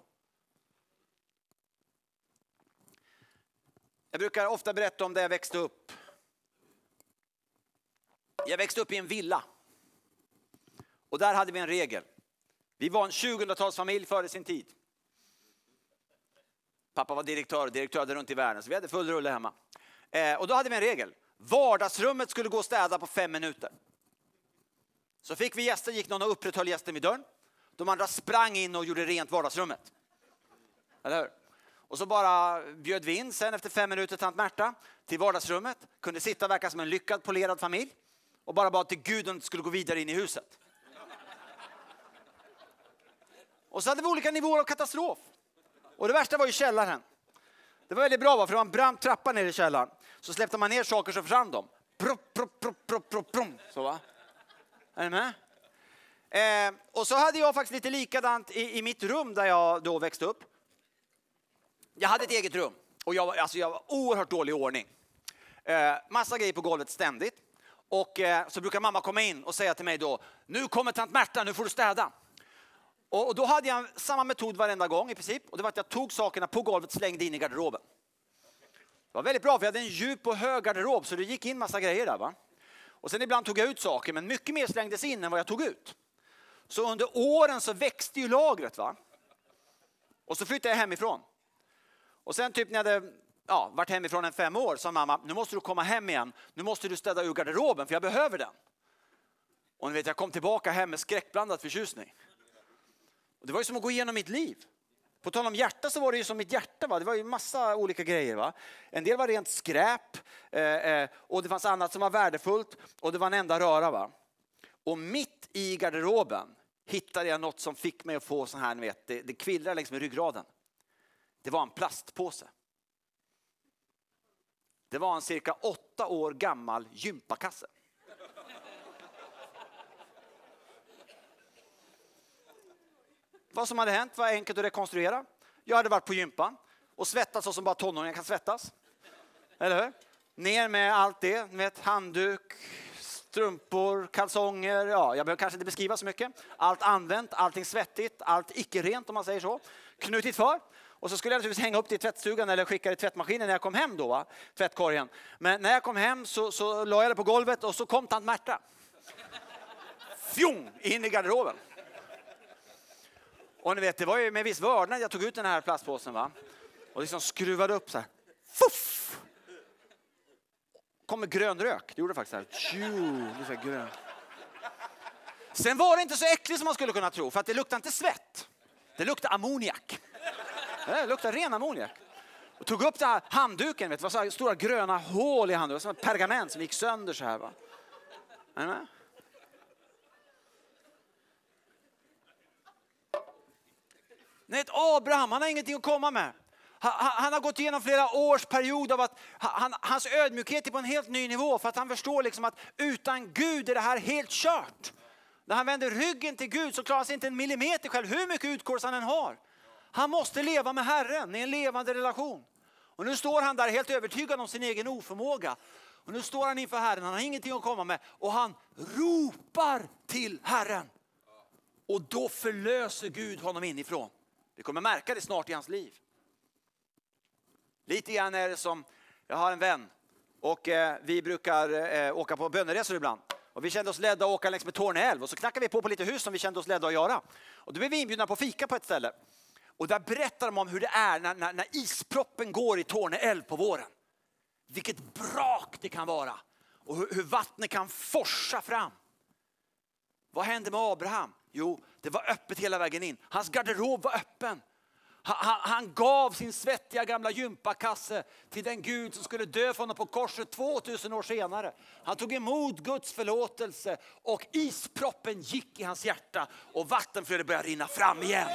Jag brukar ofta berätta om där jag växte upp. Jag växte upp i en villa. Och där hade vi en regel. Vi var en 2000-talsfamilj före sin tid. Pappa var direktör och direktörade runt i världen. Så vi hade full rulle hemma. Och då hade vi en regel. Vardagsrummet skulle gå och städa på 5 minuter. Så fick vi gäster, gick någon och upprätthöll gästen vid dörren. De andra sprang in och gjorde rent vardagsrummet. Eller hur? Och så bara bjöd vi in sen efter 5 minuter tant Märta till vardagsrummet. Kunde sitta och verka som en lyckad polerad familj. Och bara bad till Gud om det skulle gå vidare in i huset. Och så hade vi olika nivåer av katastrof. Och det värsta var ju källaren. Det var väldigt bra, för det var en brant trappa ner i källaren. Så släppte man ner saker så försvann de. Så va? Är ni med? Och så hade jag faktiskt lite likadant i mitt rum där jag då växte upp. Jag hade ett eget rum. Och jag var oerhört dålig i ordning. Massa grejer på golvet ständigt. Och så brukar mamma komma in och säga till mig då. Nu kommer tant Märta, nu får du städa. Och då hade jag samma metod varenda gång i princip. Och det var att jag tog sakerna på golvet och slängde in i garderoben. Det var väldigt bra, för jag hade en djup och hög garderob. Så det gick in massa grejer där, va. Och sen ibland tog jag ut saker, men mycket mer slängdes in än vad jag tog ut. Så under åren så växte ju lagret, va. Och så flyttade jag hemifrån. Och sen typ när jag hade varit hemifrån 5 år sa mamma, nu måste du komma hem igen. Nu måste du städa ur garderoben för jag behöver den. Och ni vet, jag kom tillbaka hem med skräckblandad förtjusning. Och det var ju som att gå igenom mitt liv. På tal om hjärta så var det ju som mitt hjärta, va? Det var ju massa olika grejer, va. En del var rent skräp. Och det fanns annat som var värdefullt. Och det var en enda röra, va. Och mitt i garderoben hittade jag något som fick mig att få sån här, ni vet. Det kvillrar längs med ryggraden. Det var en plastpåse. Det var en cirka 8 år gammal gympakasse. Vad som hade hänt var enkelt att rekonstruera. Jag hade varit på gympan och svettats så som bara tonåringar kan svettas. Eller hur? Ner med allt det, med handduk, strumpor, kalsonger. Ja, jag behöver kanske inte beskriva så mycket. Allt använt, allting svettigt, allt icke-rent om man säger så. Knutit för. Och så skulle jag naturligtvis hänga upp det i tvättstugan eller skicka det i tvättmaskinen när jag kom hem då, va? Tvättkorgen. Men när jag kom hem så la jag det på golvet och så kom tant Märta. Fjong! In i garderoben. Och ni vet, det var ju med viss vördnad jag tog ut den här plastpåsen, va. Och liksom skruvade upp så här. Fuff! Kommer grön rök. Det gjorde faktiskt så här. Det så här grön. Sen var det inte så äckligt som man skulle kunna tro. För att det luktade inte svett. Det luktade ammoniak. Det luktade ren ammoniak. Och tog upp den här handduken. Vet du, det var så här stora gröna hål i handduken. Som ett pergament som gick sönder så här, va. Är ni med? Nej, Abraham, han har ingenting att komma med. Han har gått igenom flera års period av att hans ödmjukhet är på en helt ny nivå. För att han förstår liksom att utan Gud är det här helt kört. När han vänder ryggen till Gud så klarar han sig inte en millimeter själv. Hur mycket utkurs han än har. Han måste leva med Herren i en levande relation. Och nu står han där helt övertygad om sin egen oförmåga. Och nu står han inför Herren, han har ingenting att komma med. Och han ropar till Herren. Och då förlöser Gud honom inifrån. Vi kommer märka det snart i hans liv. Lite grann är det som, jag har en vän. Och vi brukar åka på böneresor ibland. Och vi kände oss ledda att åka längs med Torne älv. Och så knackade vi på lite hus som vi kände oss ledda att göra. Och då blev vi inbjudna på fika på ett ställe. Och där berättar de om hur det är när isproppen går i Torne älv på våren. Vilket brak det kan vara. Och hur vattnet kan forsa fram. Vad hände med Abraham? Jo, det var öppet hela vägen in. Hans garderob var öppen. Han gav sin svettiga gamla gympakasse till den Gud som skulle dö för honom på korset 2000 år senare. Han tog emot Guds förlåtelse och isproppen gick i hans hjärta och vattenflödet började rinna fram igen.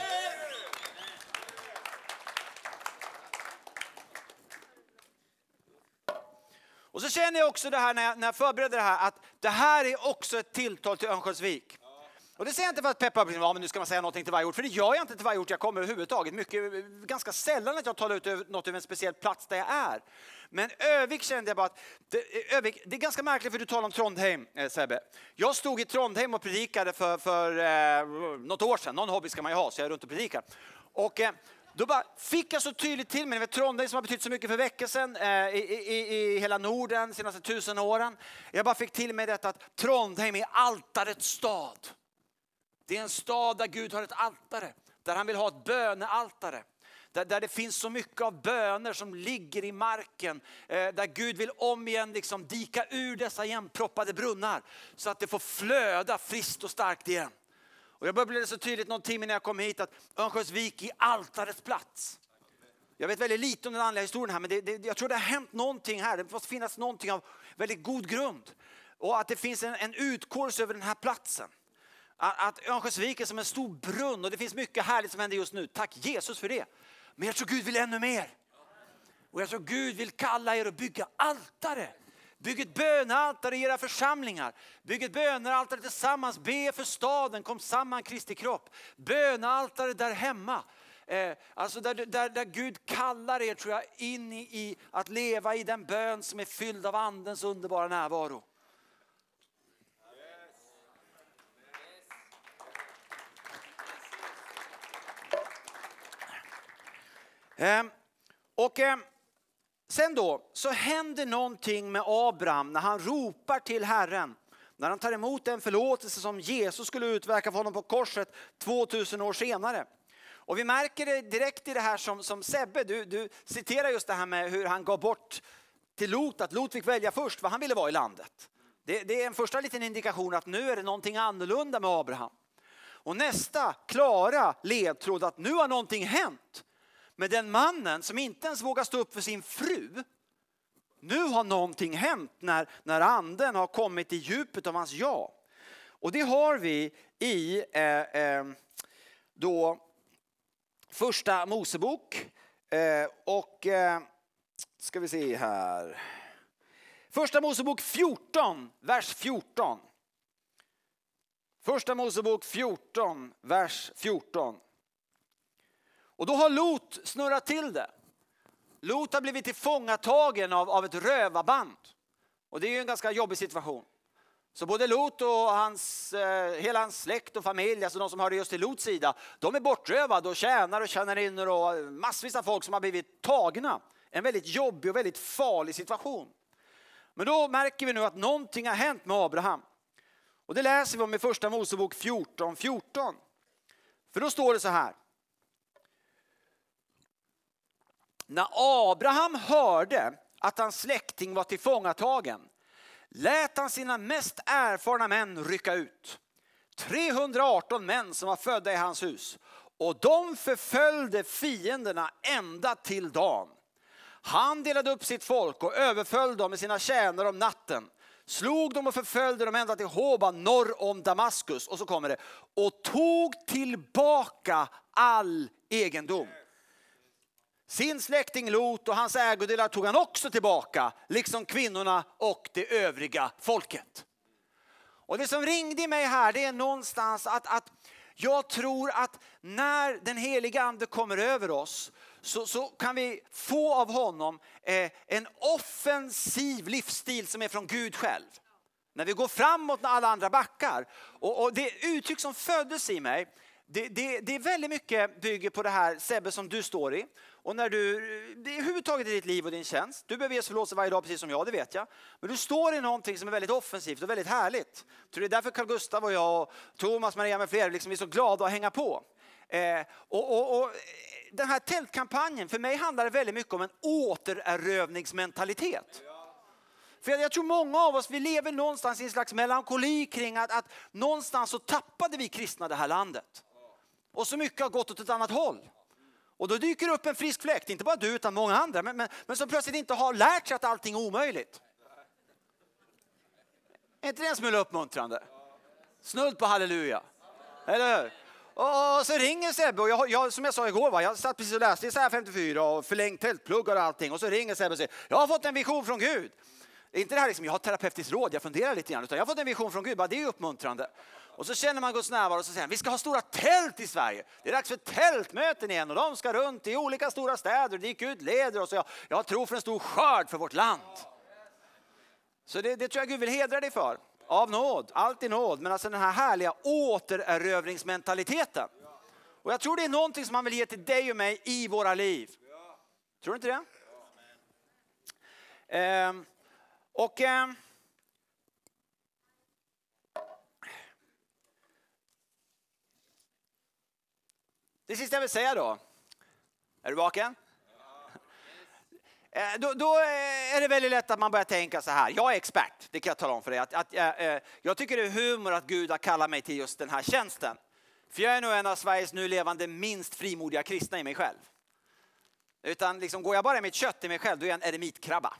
Och så känner jag också det här när jag förbereder det här, att det här är också ett tilltal till Örnsköldsvik. Och det säger jag inte för att peppa, men nu ska man säga någonting till varje ort. För det gör jag inte till varje ort jag kommer överhuvudtaget. Ganska sällan att jag talar ut något över en speciell plats där jag är. Men Övik kände jag bara att, det är ganska märkligt för du talar om Trondheim, Sebbe. Jag stod i Trondheim och predikade för något år sedan. Någon hobby ska man ju ha, så jag är runt och predikar. Och då bara fick jag så tydligt till mig, Trondheim som har betytt så mycket för väckelsen i hela Norden de senaste 1000 åren. Jag bara fick till mig detta att Trondheim är altarets stad. Det är en stad där Gud har ett altare. Där han vill ha ett bönealtare. Där det finns så mycket av böner som ligger i marken. Där Gud vill om igen liksom dika ur dessa igenproppade brunnar. Så att det får flöda friskt och starkt igen. Och jag började bli så tydligt någon timme när jag kom hit att Örnsköldsvik är altarets plats. Jag vet väldigt lite om den andliga historien här, men jag tror det har hänt någonting här. Det måste finnas någonting av väldigt god grund. Och att det finns en utkårelse över den här platsen. Att Örnsköldsvik är som en stor brunn och det finns mycket härligt som händer just nu. Tack Jesus för det. Men jag tror Gud vill ännu mer. Och jag tror Gud vill kalla er att bygga altare. Bygg ett bönealtare i era församlingar. Bygg ett bönealtare tillsammans. Be för staden. Kom samman Kristi kropp. Bönealtare där hemma. Alltså där Gud kallar er, tror jag, in i att leva i den bön som är fylld av andens underbara närvaro. Sen då så händer någonting med Abraham när han ropar till Herren. När han tar emot den förlåtelse som Jesus skulle utverka för honom på korset 2000 år senare. Och vi märker det direkt i det här som Sebbe, du citerar just det här med hur han gav bort till Lot, att Lot fick välja först vad han ville vara i landet. Det är en första liten indikation att nu är det någonting annorlunda med Abraham. Och nästa klara ledtråd att nu har någonting hänt. med den mannen som inte ens vågar stå upp för sin fru. Nu har någonting hänt när anden har kommit i djupet av hans ja. Och det har vi i då första Mosebok. Ska vi se här. Första Mosebok 14, vers 14. Första Mosebok 14, vers 14. Och då har Lot snurrat till det. Lot har blivit tillfångatagen av ett rövarband. Och det är ju en ganska jobbig situation. Så både Lot och hela hans släkt och familj, alltså de som hörde just till Lots sida, de är bortrövade och tjänarinnor och massvis av folk som har blivit tagna. En väldigt jobbig och väldigt farlig situation. Men då märker vi nu att någonting har hänt med Abraham. Och det läser vi om i första Mosebok 14. För då står det så här. När Abraham hörde att hans släkting var tillfångatagen, lät han sina mest erfarna män rycka ut. 318 män som var födda i hans hus. Och de förföljde fienderna ända till dagen. Han delade upp sitt folk och överföll dem med sina tjänare om natten. Slog dem och förföljde dem ända till Hoba norr om Damaskus. Och så kommer det. Och tog tillbaka all egendom. Sin släkting Lot och hans ägodelar tog han också tillbaka. Liksom kvinnorna och det övriga folket. Och det som ringde i mig här, det är någonstans att jag tror att när den heliga ande kommer över oss så kan vi få av honom en offensiv livsstil som är från Gud själv. När vi går framåt när alla andra backar. Och det uttryck som föddes i mig, det är väldigt mycket bygger på det här Sebbe som du står i. Och när du, det är överhuvudtaget i ditt liv och din tjänst. Du behöver ges förlåtelse varje dag precis som jag, det vet jag. Men du står i någonting som är väldigt offensivt och väldigt härligt. Så det är därför Carl Gustav och jag och Thomas, Maria med flera liksom är så glada att hänga på. Och den här tältkampanjen, för mig handlar det väldigt mycket om en återerövningsmentalitet. För jag tror många av oss, vi lever någonstans i en slags melankoli kring att någonstans så tappade vi kristna det här landet. Och så mycket har gått åt ett annat håll. Och då dyker det upp en frisk fläkt, inte bara du utan många andra. Men som plötsligt inte har lärt sig att allting är omöjligt. Är inte det en smula uppmuntrande? Snudd på halleluja. Eller hur? Och så ringer Sebbe och jag som jag sa igår, jag satt precis och läste Jesaja 54 och förlängt tältpluggar och allting. Och så ringer Sebbe och säger, jag har fått en vision från Gud. Inte det här liksom, jag har terapeutiskt råd, jag funderar lite grann. Utan jag har fått en vision från Gud, bara det är uppmuntrande. Och så känner man Guds närvaro och så säger han, vi ska ha stora tält i Sverige. Det är dags för tältmöten igen och de ska runt i olika stora städer. Det gick ut leder och så jag tror för en stor skörd för vårt land. Så det tror jag Gud vill hedra dig för. Av nåd, alltid nåd. Men alltså den här härliga återerövringsmentaliteten. Och jag tror det är någonting som han vill ge till dig och mig i våra liv. Tror du inte det? Det sista jag vill säga då. Är du vaken? Då är det väldigt lätt att man börjar tänka så här. Jag är expert, det kan jag tala om för dig. Jag tycker det är humor att Gud har kallat mig till just den här tjänsten. För jag är nog en av Sveriges nu levande minst frimodiga kristna i mig själv. Utan liksom, går jag bara i mitt kött i mig själv, då är jag en eremitkrabba.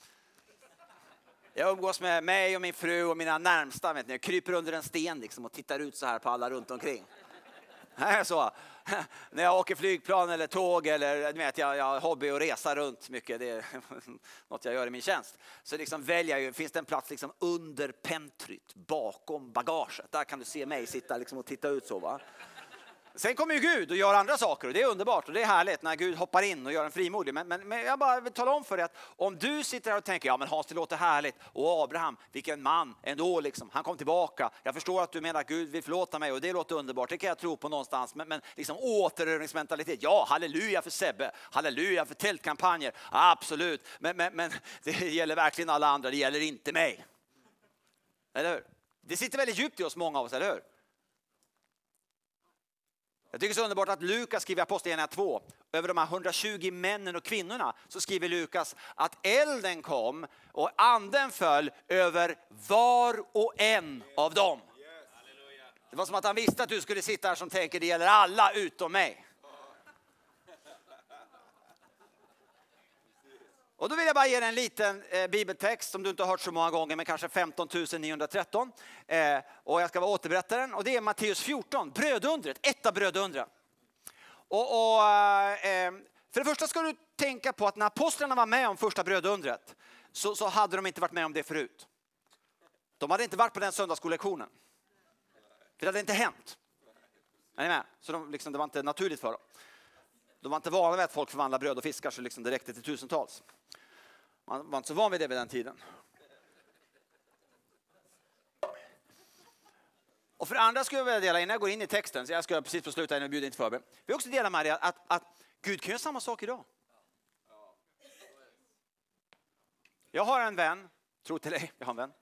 Jag umgås med mig och min fru och mina närmsta. Vet ni, jag kryper under en sten liksom, och tittar ut så här på alla runt omkring. Så. När jag åker flygplan eller tåg eller vet jag har hobby att resa runt mycket, det är något jag gör i min tjänst. Så liksom väljer jag ju, finns det en plats liksom under pentryt bakom bagaget. Där kan du se mig sitta liksom och titta ut så, va. Sen kommer ju Gud och gör andra saker och det är underbart och det är härligt när Gud hoppar in och gör en frimodig. Men jag bara vill tala om för dig att om du sitter här och tänker, ja men Hans, det låter härligt. Och Abraham, vilken man ändå liksom, han kom tillbaka. Jag förstår att du menar att Gud vill förlåta mig och det låter underbart, det kan jag tro på någonstans. Men liksom återerövringsmentalitet, ja halleluja för Sebbe, halleluja för tältkampanjer, absolut. Men det gäller verkligen alla andra, det gäller inte mig. Eller hur? Det sitter väldigt djupt i oss, många av oss, eller hur? Jag tycker det är så underbart att Lukas skriver i Apostlagärningarna 2. Över de här 120 männen och kvinnorna så skriver Lukas att elden kom och anden föll över var och en av dem. Det var som att han visste att du skulle sitta här som tänker det gäller alla utom mig. Och då vill jag bara ge dig en liten bibeltext som du inte har hört så många gånger, men kanske 15 913. Och jag ska vara återberättaren. Och det är Matteus 14, brödundret, ett av brödundren. För det första ska du tänka på att när apostlarna var med om första brödundret så hade de inte varit med om det förut. De hade inte varit på den söndagsskolelektionen. För det hade inte hänt. Är ni med? Så det var inte naturligt för dem. De var inte vana vid att folk förvandlar bröd och fiskar så liksom det räckte till tusentals. Man var inte så van vid det vid den tiden. Och för andra skulle jag vilja dela, innan jag går in i texten, så jag ska precis på slutet innan jag bjuder in till förbered. Vi också dela med dig att Gud kan göra samma sak idag. Jag har en vän, tro till dig, jag har en vän.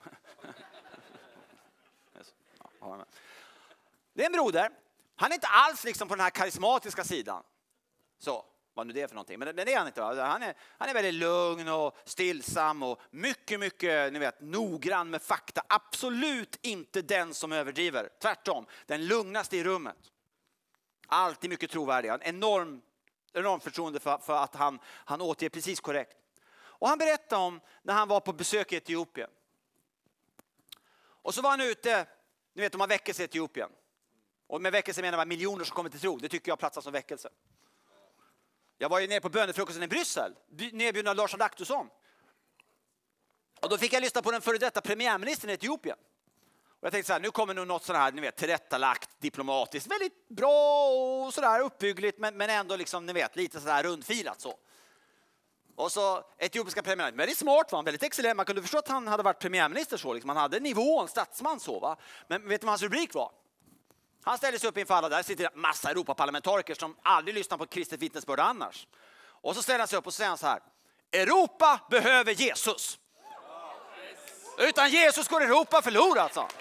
Det är en broder, han är inte alls liksom på den här karismatiska sidan. Så, vad nu det är för någonting. Men det är han inte. Han är väldigt lugn och stillsam och mycket, ni vet, noggrann med fakta. Absolut inte den som överdriver. Tvärtom, den lugnaste i rummet. Alltid mycket trovärdig. En enorm förtroende för att han återger precis korrekt. Och han berättade om när han var på besök i Etiopien. Och så var han ute, ni vet de har väckelse i Etiopien. Och med väckelse menar man miljoner som kommer till tro. Det tycker jag platsar som väckelse. Jag var ju nere på bönefrukosten i Bryssel, nedbjuden av Lars Adaktusson. Och då fick jag lyssna på den före detta premiärministern i Etiopien. Och jag tänkte så här, nu kommer nog något sådär här, ni vet, tillrättalagt, diplomatiskt, väldigt bra och sådär uppbyggligt, men ändå liksom, ni vet, lite sådär rundfilat så. Och så etiopiska premiärministern, väldigt smart var han, väldigt excellent, man kunde förstå att han hade varit premiärminister så, liksom. Han hade nivån, statsman så, va. Men vet du vad hans rubrik var? Han ställde sig upp inför alla, där sitter en massa Europaparlamentariker som aldrig lyssnar på kristet vittnesbörd annars. Och så ställer han sig upp och säger så här: Europa behöver Jesus. Utan Jesus går Europa förlorat, sa han.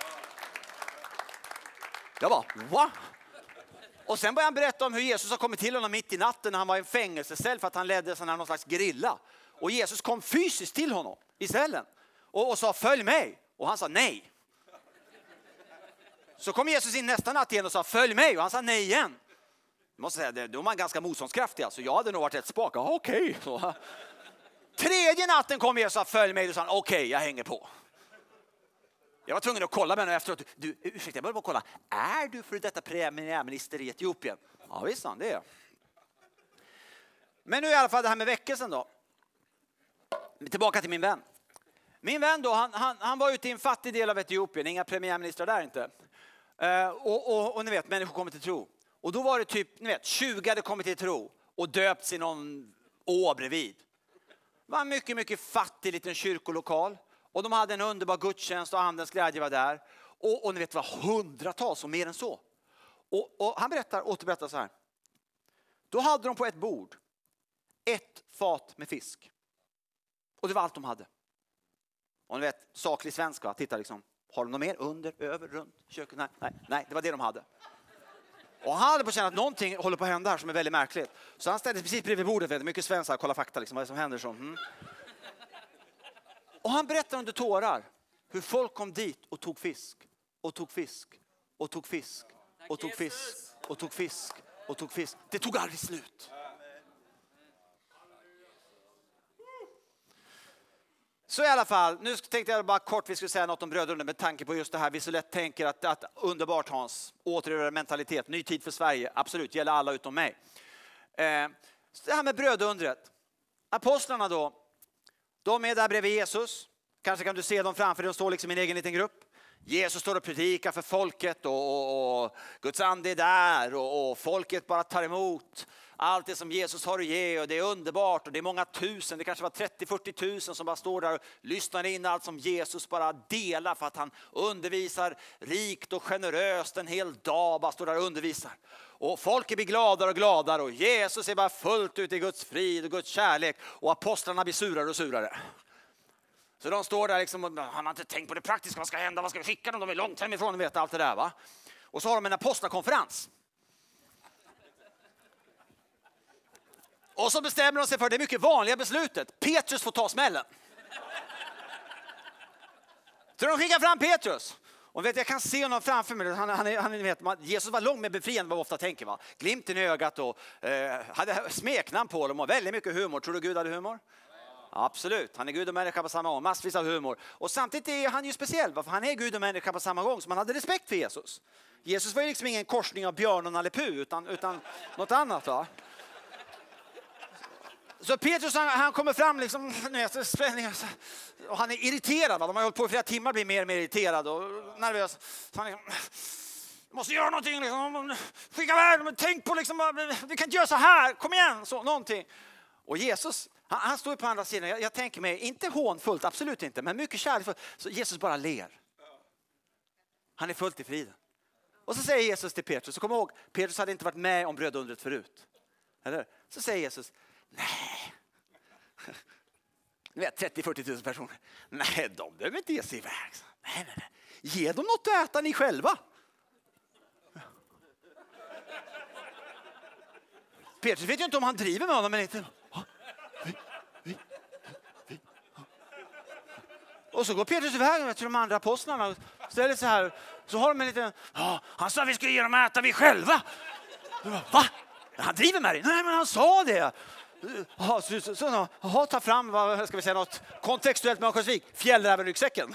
Jag bara, va? Och sen började han berätta om hur Jesus har kommit till honom mitt i natten när han var i en fängelsecell för att han ledde någon slags gerilla. Och Jesus kom fysiskt till honom i cellen. och sa följ mig. Och han sa nej. Så kom Jesus in nästa natt igen och sa följ mig. Och han sa nej igen. Jag måste säga, då var man ganska motståndskraftig. Alltså. Jag hade nog varit rätt spak. Okej. Tredje natten kom Jesus och sa följ mig. Och sa okej, jag hänger på. Jag var tvungen att kolla med henne efteråt. Du, ursäkta, jag började bara kolla. Är du för detta premiärminister i Etiopien? Ja visst, det är jag. Men nu i alla fall det här med väckelsen då. Tillbaka till min vän. Min vän då, han var ute i en fattig del av Etiopien. Inga premiärministrar där inte. Och ni vet, människor kommer till tro. Och då var det typ, ni vet, 20 hade kommit till tro. Och döpts i någon å bredvid. Det var en mycket, mycket fattig liten kyrkolokal. Och de hade en underbar gudstjänst och andens glädje var där. Och ni vet, det var hundratals och mer än så. Och han återberättar så här. Då hade de på ett bord ett fat med fisk. Och det var allt de hade. Och ni vet, saklig svenska, titta liksom. Har de något mer? Under, över, runt, köket? Nej, det var det de hade. Och han hade på känna att någonting håller på att hända här som är väldigt märkligt. Så han ställde precis bredvid bordet, vet, mycket svenska, kolla fakta liksom, vad som händer så. Och han berättar under tårar hur folk kom dit och tog fisk. Och tog fisk. Och tog fisk. Och tog fisk. Och tog fisk. Och tog fisk. Det tog aldrig slut. Så i alla fall, nu tänkte jag bara kort vi skulle säga något om brödundret med tanke på just det här. Vi så lätt tänker att underbart Hans, återerövra mentalitet, ny tid för Sverige, absolut, gäller alla utom mig. Det här med brödundret. Apostlarna då, de är där bredvid Jesus. Kanske kan du se dem framför dig, de står liksom i en egen liten grupp. Jesus står och predikar för folket och Guds ande är där och folket bara tar emot allt det som Jesus har att ge och det är underbart och det är många tusen, det kanske var 30-40 tusen som bara står där och lyssnar in allt som Jesus bara delar för att han undervisar rikt och generöst en hel dag, bara står där och undervisar. Och folket blir gladare och gladare och Jesus är bara fullt ut i Guds frid och Guds kärlek och apostlarna blir surare och surare. Så de står där liksom och han har inte tänkt på det praktiska, vad ska hända, vad ska vi skicka dem, de är långt hemifrån och vet allt det där va. Och så har de en apostlakonferens. Och så bestämmer de sig för det mycket vanliga beslutet. Petrus får ta smällen. Så de skickar fram Petrus. Och vet, jag kan se honom framför mig. Han vet, Jesus var lång med befriande vad man ofta tänker. Va? Glimten i ögat och hade smeknamn på dem och väldigt mycket humor. Tror du Gud hade humor? Absolut, han är Gud och människa på samma gång, massvis av humor. Och samtidigt är han ju speciell, för han är Gud och människa på samma gång, så man hade respekt för Jesus. Jesus var ju liksom ingen korsning av Björn och Nalle Puh, utan något annat va. Så Petrus han kommer fram liksom, och han är irriterad, va? De har hållit på i flera timmar, blir mer och mer irriterad och nervös. Så han liksom, måste göra någonting liksom, skicka iväg dem, tänk på liksom, vi kan inte göra så här, kom igen, så någonting. Och Jesus, han står ju på andra sidan. Jag tänker mig, inte hånfullt, absolut inte, men mycket kärleksfullt. Så Jesus bara ler. Han är fullt i friden. Och så säger Jesus till Petrus, så kom ihåg, Petrus hade inte varit med om brödundret förut. Eller? Så säger Jesus, nej. Ni vet, 30-40 000 personer. Nej, de behöver inte ge sig iväg. Nej. Ge dem något att äta ni själva. Petrus vet ju inte om han driver med honom, men inte... Och så går Petrus iväg till de andra apostlarna och ställer så här. Så har de en liten... han sa att vi skulle ge dem att äta vi själva. Va? Han driver med dig? Nej, men han sa det. Ta fram, vad ska vi säga, något kontextuellt med Örnsköldsvik. Fjällrävenryggsäcken.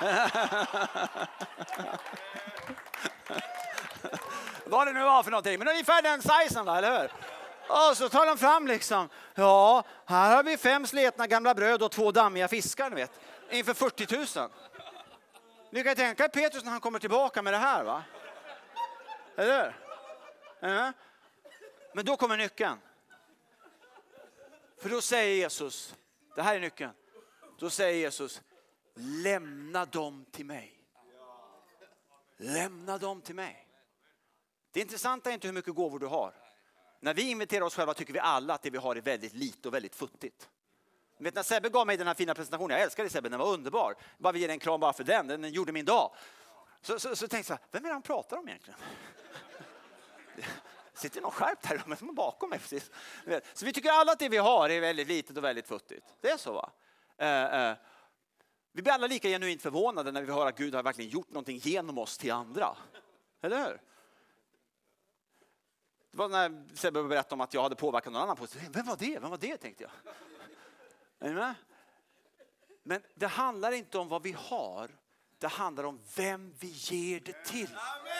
Vad det nu var för någonting. Men ungefär den sizen då, eller hur? Och så tar de fram liksom. Ja, här har vi 5 sletna gamla bröd och 2 dammiga fiskar, ni vet. Inför 40 000. Ni kan tänka er Petrus när han kommer tillbaka med det här, va? Eller hur? Men då kommer nyckeln. För då säger Jesus, det här är nyckeln. Då säger Jesus, lämna dem till mig. Lämna dem till mig. Det intressanta är inte hur mycket gåvor du har. När vi inviterar oss själva tycker vi alla att det vi har är väldigt lite och väldigt futtigt. Vet, när Sebbe gav mig den här fina presentationen, jag älskar det Sebbe, den var underbar. Bara vi ger en kram bara för den gjorde min dag. Så tänkte jag så här, vem är det han pratar om egentligen? Sitter någon skärpt här men bakom mig precis. Så vi tycker alla att det vi har är väldigt litet och väldigt futtigt. Det är så va? Vi blir alla lika genuint förvånade när vi hör att Gud har verkligen gjort någonting genom oss till andra. Eller hur? Det var när Sebbe berättade om att jag hade påverkat någon annan på sig. Vem var det tänkte jag. Är ni med? Men det handlar inte om vad vi har. Det handlar om vem vi ger det till.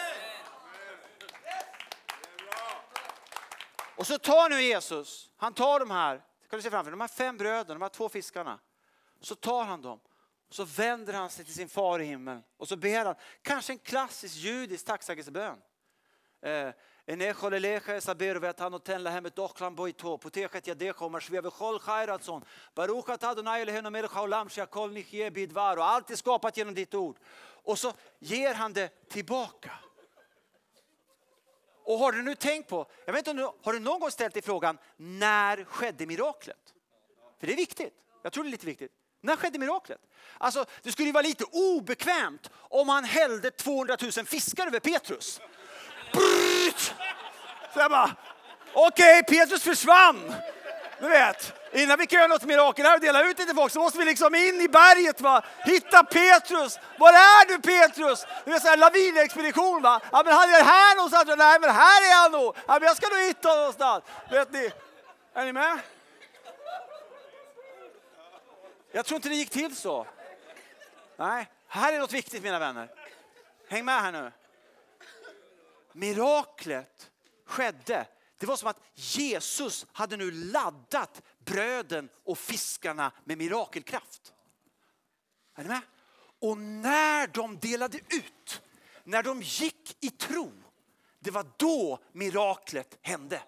Och så tar nu Jesus, han tar de här, kan du se framför, de här 5 bröden, de här 2 fiskarna. Så tar han dem och så vänder han sig till sin far i himlen. Och så ber han, kanske en klassisk judisk tacksägelsebön. Enecholeleche saber vet han och tänla hemmet docklan boito potechet jag det kommer sveve skol khairatson baruchat adonai elohenu melech haolam sheakol nichye bidvar och allt är skapat genom ditt ord. Och så ger han det tillbaka. Och har du nu tänkt på, jag vet inte, har du någon gång ställt dig frågan, när skedde miraklet? För det är viktigt. Jag tror det är lite viktigt. När skedde miraklet? Alltså, det skulle ju vara lite obekvämt om han hällde 200 000 fiskar över Petrus. Så jag bara, okej, Petrus försvann. Du vet, innan vi kan göra något mirakel här och dela ut det till folk så måste vi liksom in i berget, va? Hitta Petrus. Var är du, Petrus? Det är så här lavinexpedition, va? Ja, men han är här någonstans. Nej, men här är han nog. Ja, men jag ska nog hitta någonstans. Vet ni? Är ni med? Jag tror inte det gick till så. Nej, här är något viktigt, mina vänner. Häng med här nu. Miraklet skedde. Det var som att Jesus hade nu laddat bröden och fiskarna med mirakelkraft. Är ni med? Och när de delade ut, när de gick i tro, det var då miraklet hände.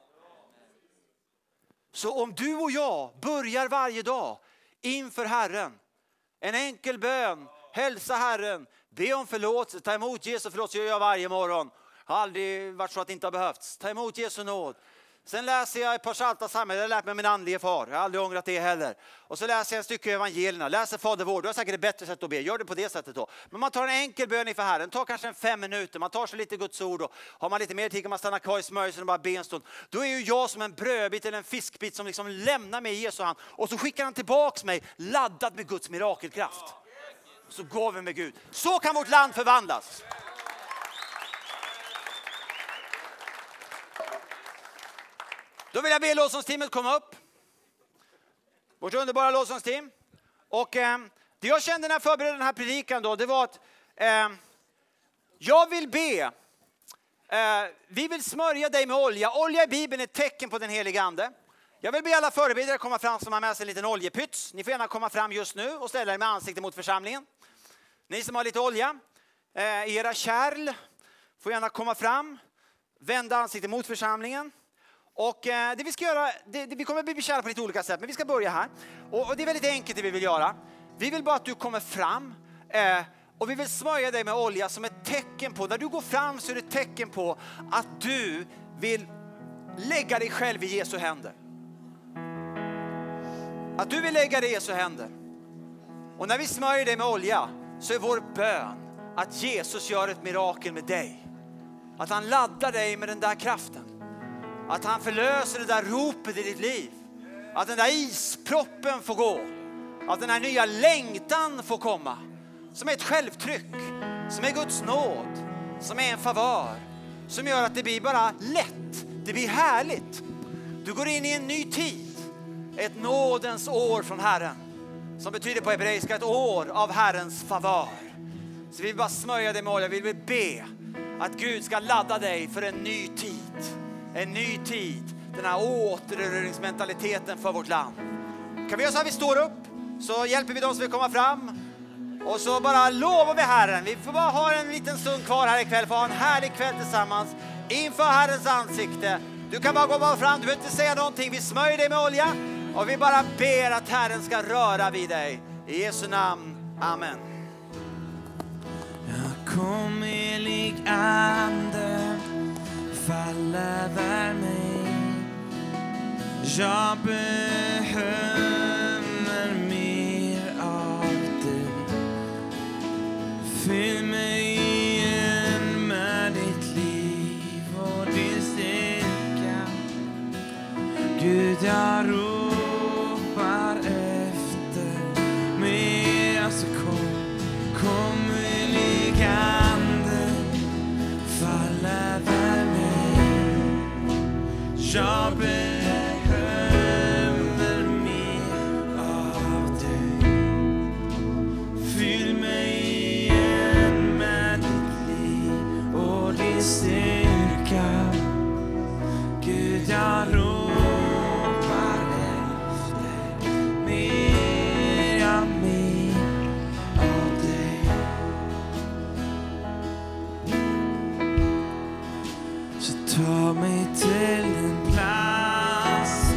Så om du och jag börjar varje dag inför Herren, en enkel bön, hälsa Herren, be om förlåtelse, ta emot Jesu förlåtelse, gör jag varje morgon. Har aldrig varit så att det inte har behövts. Ta emot Jesu nåd. Sen läser jag ett par salta samhällen. Jag har lärt mig min andlige far. Jag har aldrig ångrat det heller. Och så läser jag en stycke evangelierna. Läser Fader vår. Du har säkert ett bättre sätt att be. Gör det på det sättet då. Men man tar en enkel bön inför Herren. Tar kanske en 5 minuter. Man tar sig lite Guds ord. Och har man lite mer tid kan man stanna kvar i smörjelsen och bara be en stund. Då är ju jag som en brödbit eller en fiskbit som liksom lämnar mig i Jesu hand. Och så skickar han tillbaks mig laddad med Guds mirakelkraft. Så går vi med Gud. Så kan vårt land förvandlas. Då vill jag be lovsångsteamet komma upp. Vårt underbara lovsångsteam. Och det jag kände när jag förberedde den här predikan då, det var att jag vill be. Vi vill smörja dig med olja. Olja i Bibeln är ett tecken på den heliga ande. Jag vill be alla förebedjare komma fram som har med sig en liten oljepyts. Ni får gärna komma fram just nu och ställa er med ansiktet mot församlingen. Ni som har lite olja, era kärl får gärna komma fram. Vända ansiktet mot församlingen. Och det vi ska göra, vi kommer bli bekärda på lite olika sätt, men vi ska börja här. Och det är väldigt enkelt det vi vill göra. Vi vill bara att du kommer fram och vi vill smörja dig med olja som ett tecken på, när du går fram så är det ett tecken på att du vill lägga dig själv i Jesu händer. Att du vill lägga dig i Jesu händer. Och när vi smörjer dig med olja så är vår bön att Jesus gör ett mirakel med dig. Att han laddar dig med den där kraften. Att han förlöser det där ropet i ditt liv. Att den där isproppen får gå. Att den här nya längtan får komma. Som är ett självtryck. Som är Guds nåd. Som är en favör. Som gör att det blir bara lätt. Det blir härligt. Du går in i en ny tid. Ett nådens år från Herren. Som betyder på hebreiska ett år av Herrens favör. Så vi vill bara smörja dig med olja. Vi vill be att Gud ska ladda dig för en ny tid. En ny tid. Den här återerövringsmentaliteten för vårt land. Kan vi göra så här, vi står upp. Så hjälper vi dem som vill komma fram. Och så bara lovar vi Herren. Vi får bara ha en liten stund kvar här ikväll. För att ha en härlig kväll tillsammans. Inför Herrens ansikte. Du kan bara gå fram. Du behöver inte säga någonting. Vi smörjer dig med olja. Och vi bara ber att Herren ska röra vid dig. I Jesu namn. Amen. Kom helig ande, fall över mig. Jag behöver mer av dig. Fyll mig igen med ditt liv och din styrka. Gud, jag ropar efter mer, så kom. din styrka. Gud, jag ropar efter mer, ja, mer av dig. Så ta mig till din plats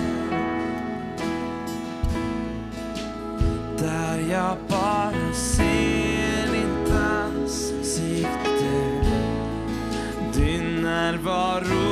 där jag bara ser ditt ansikte, din närvaro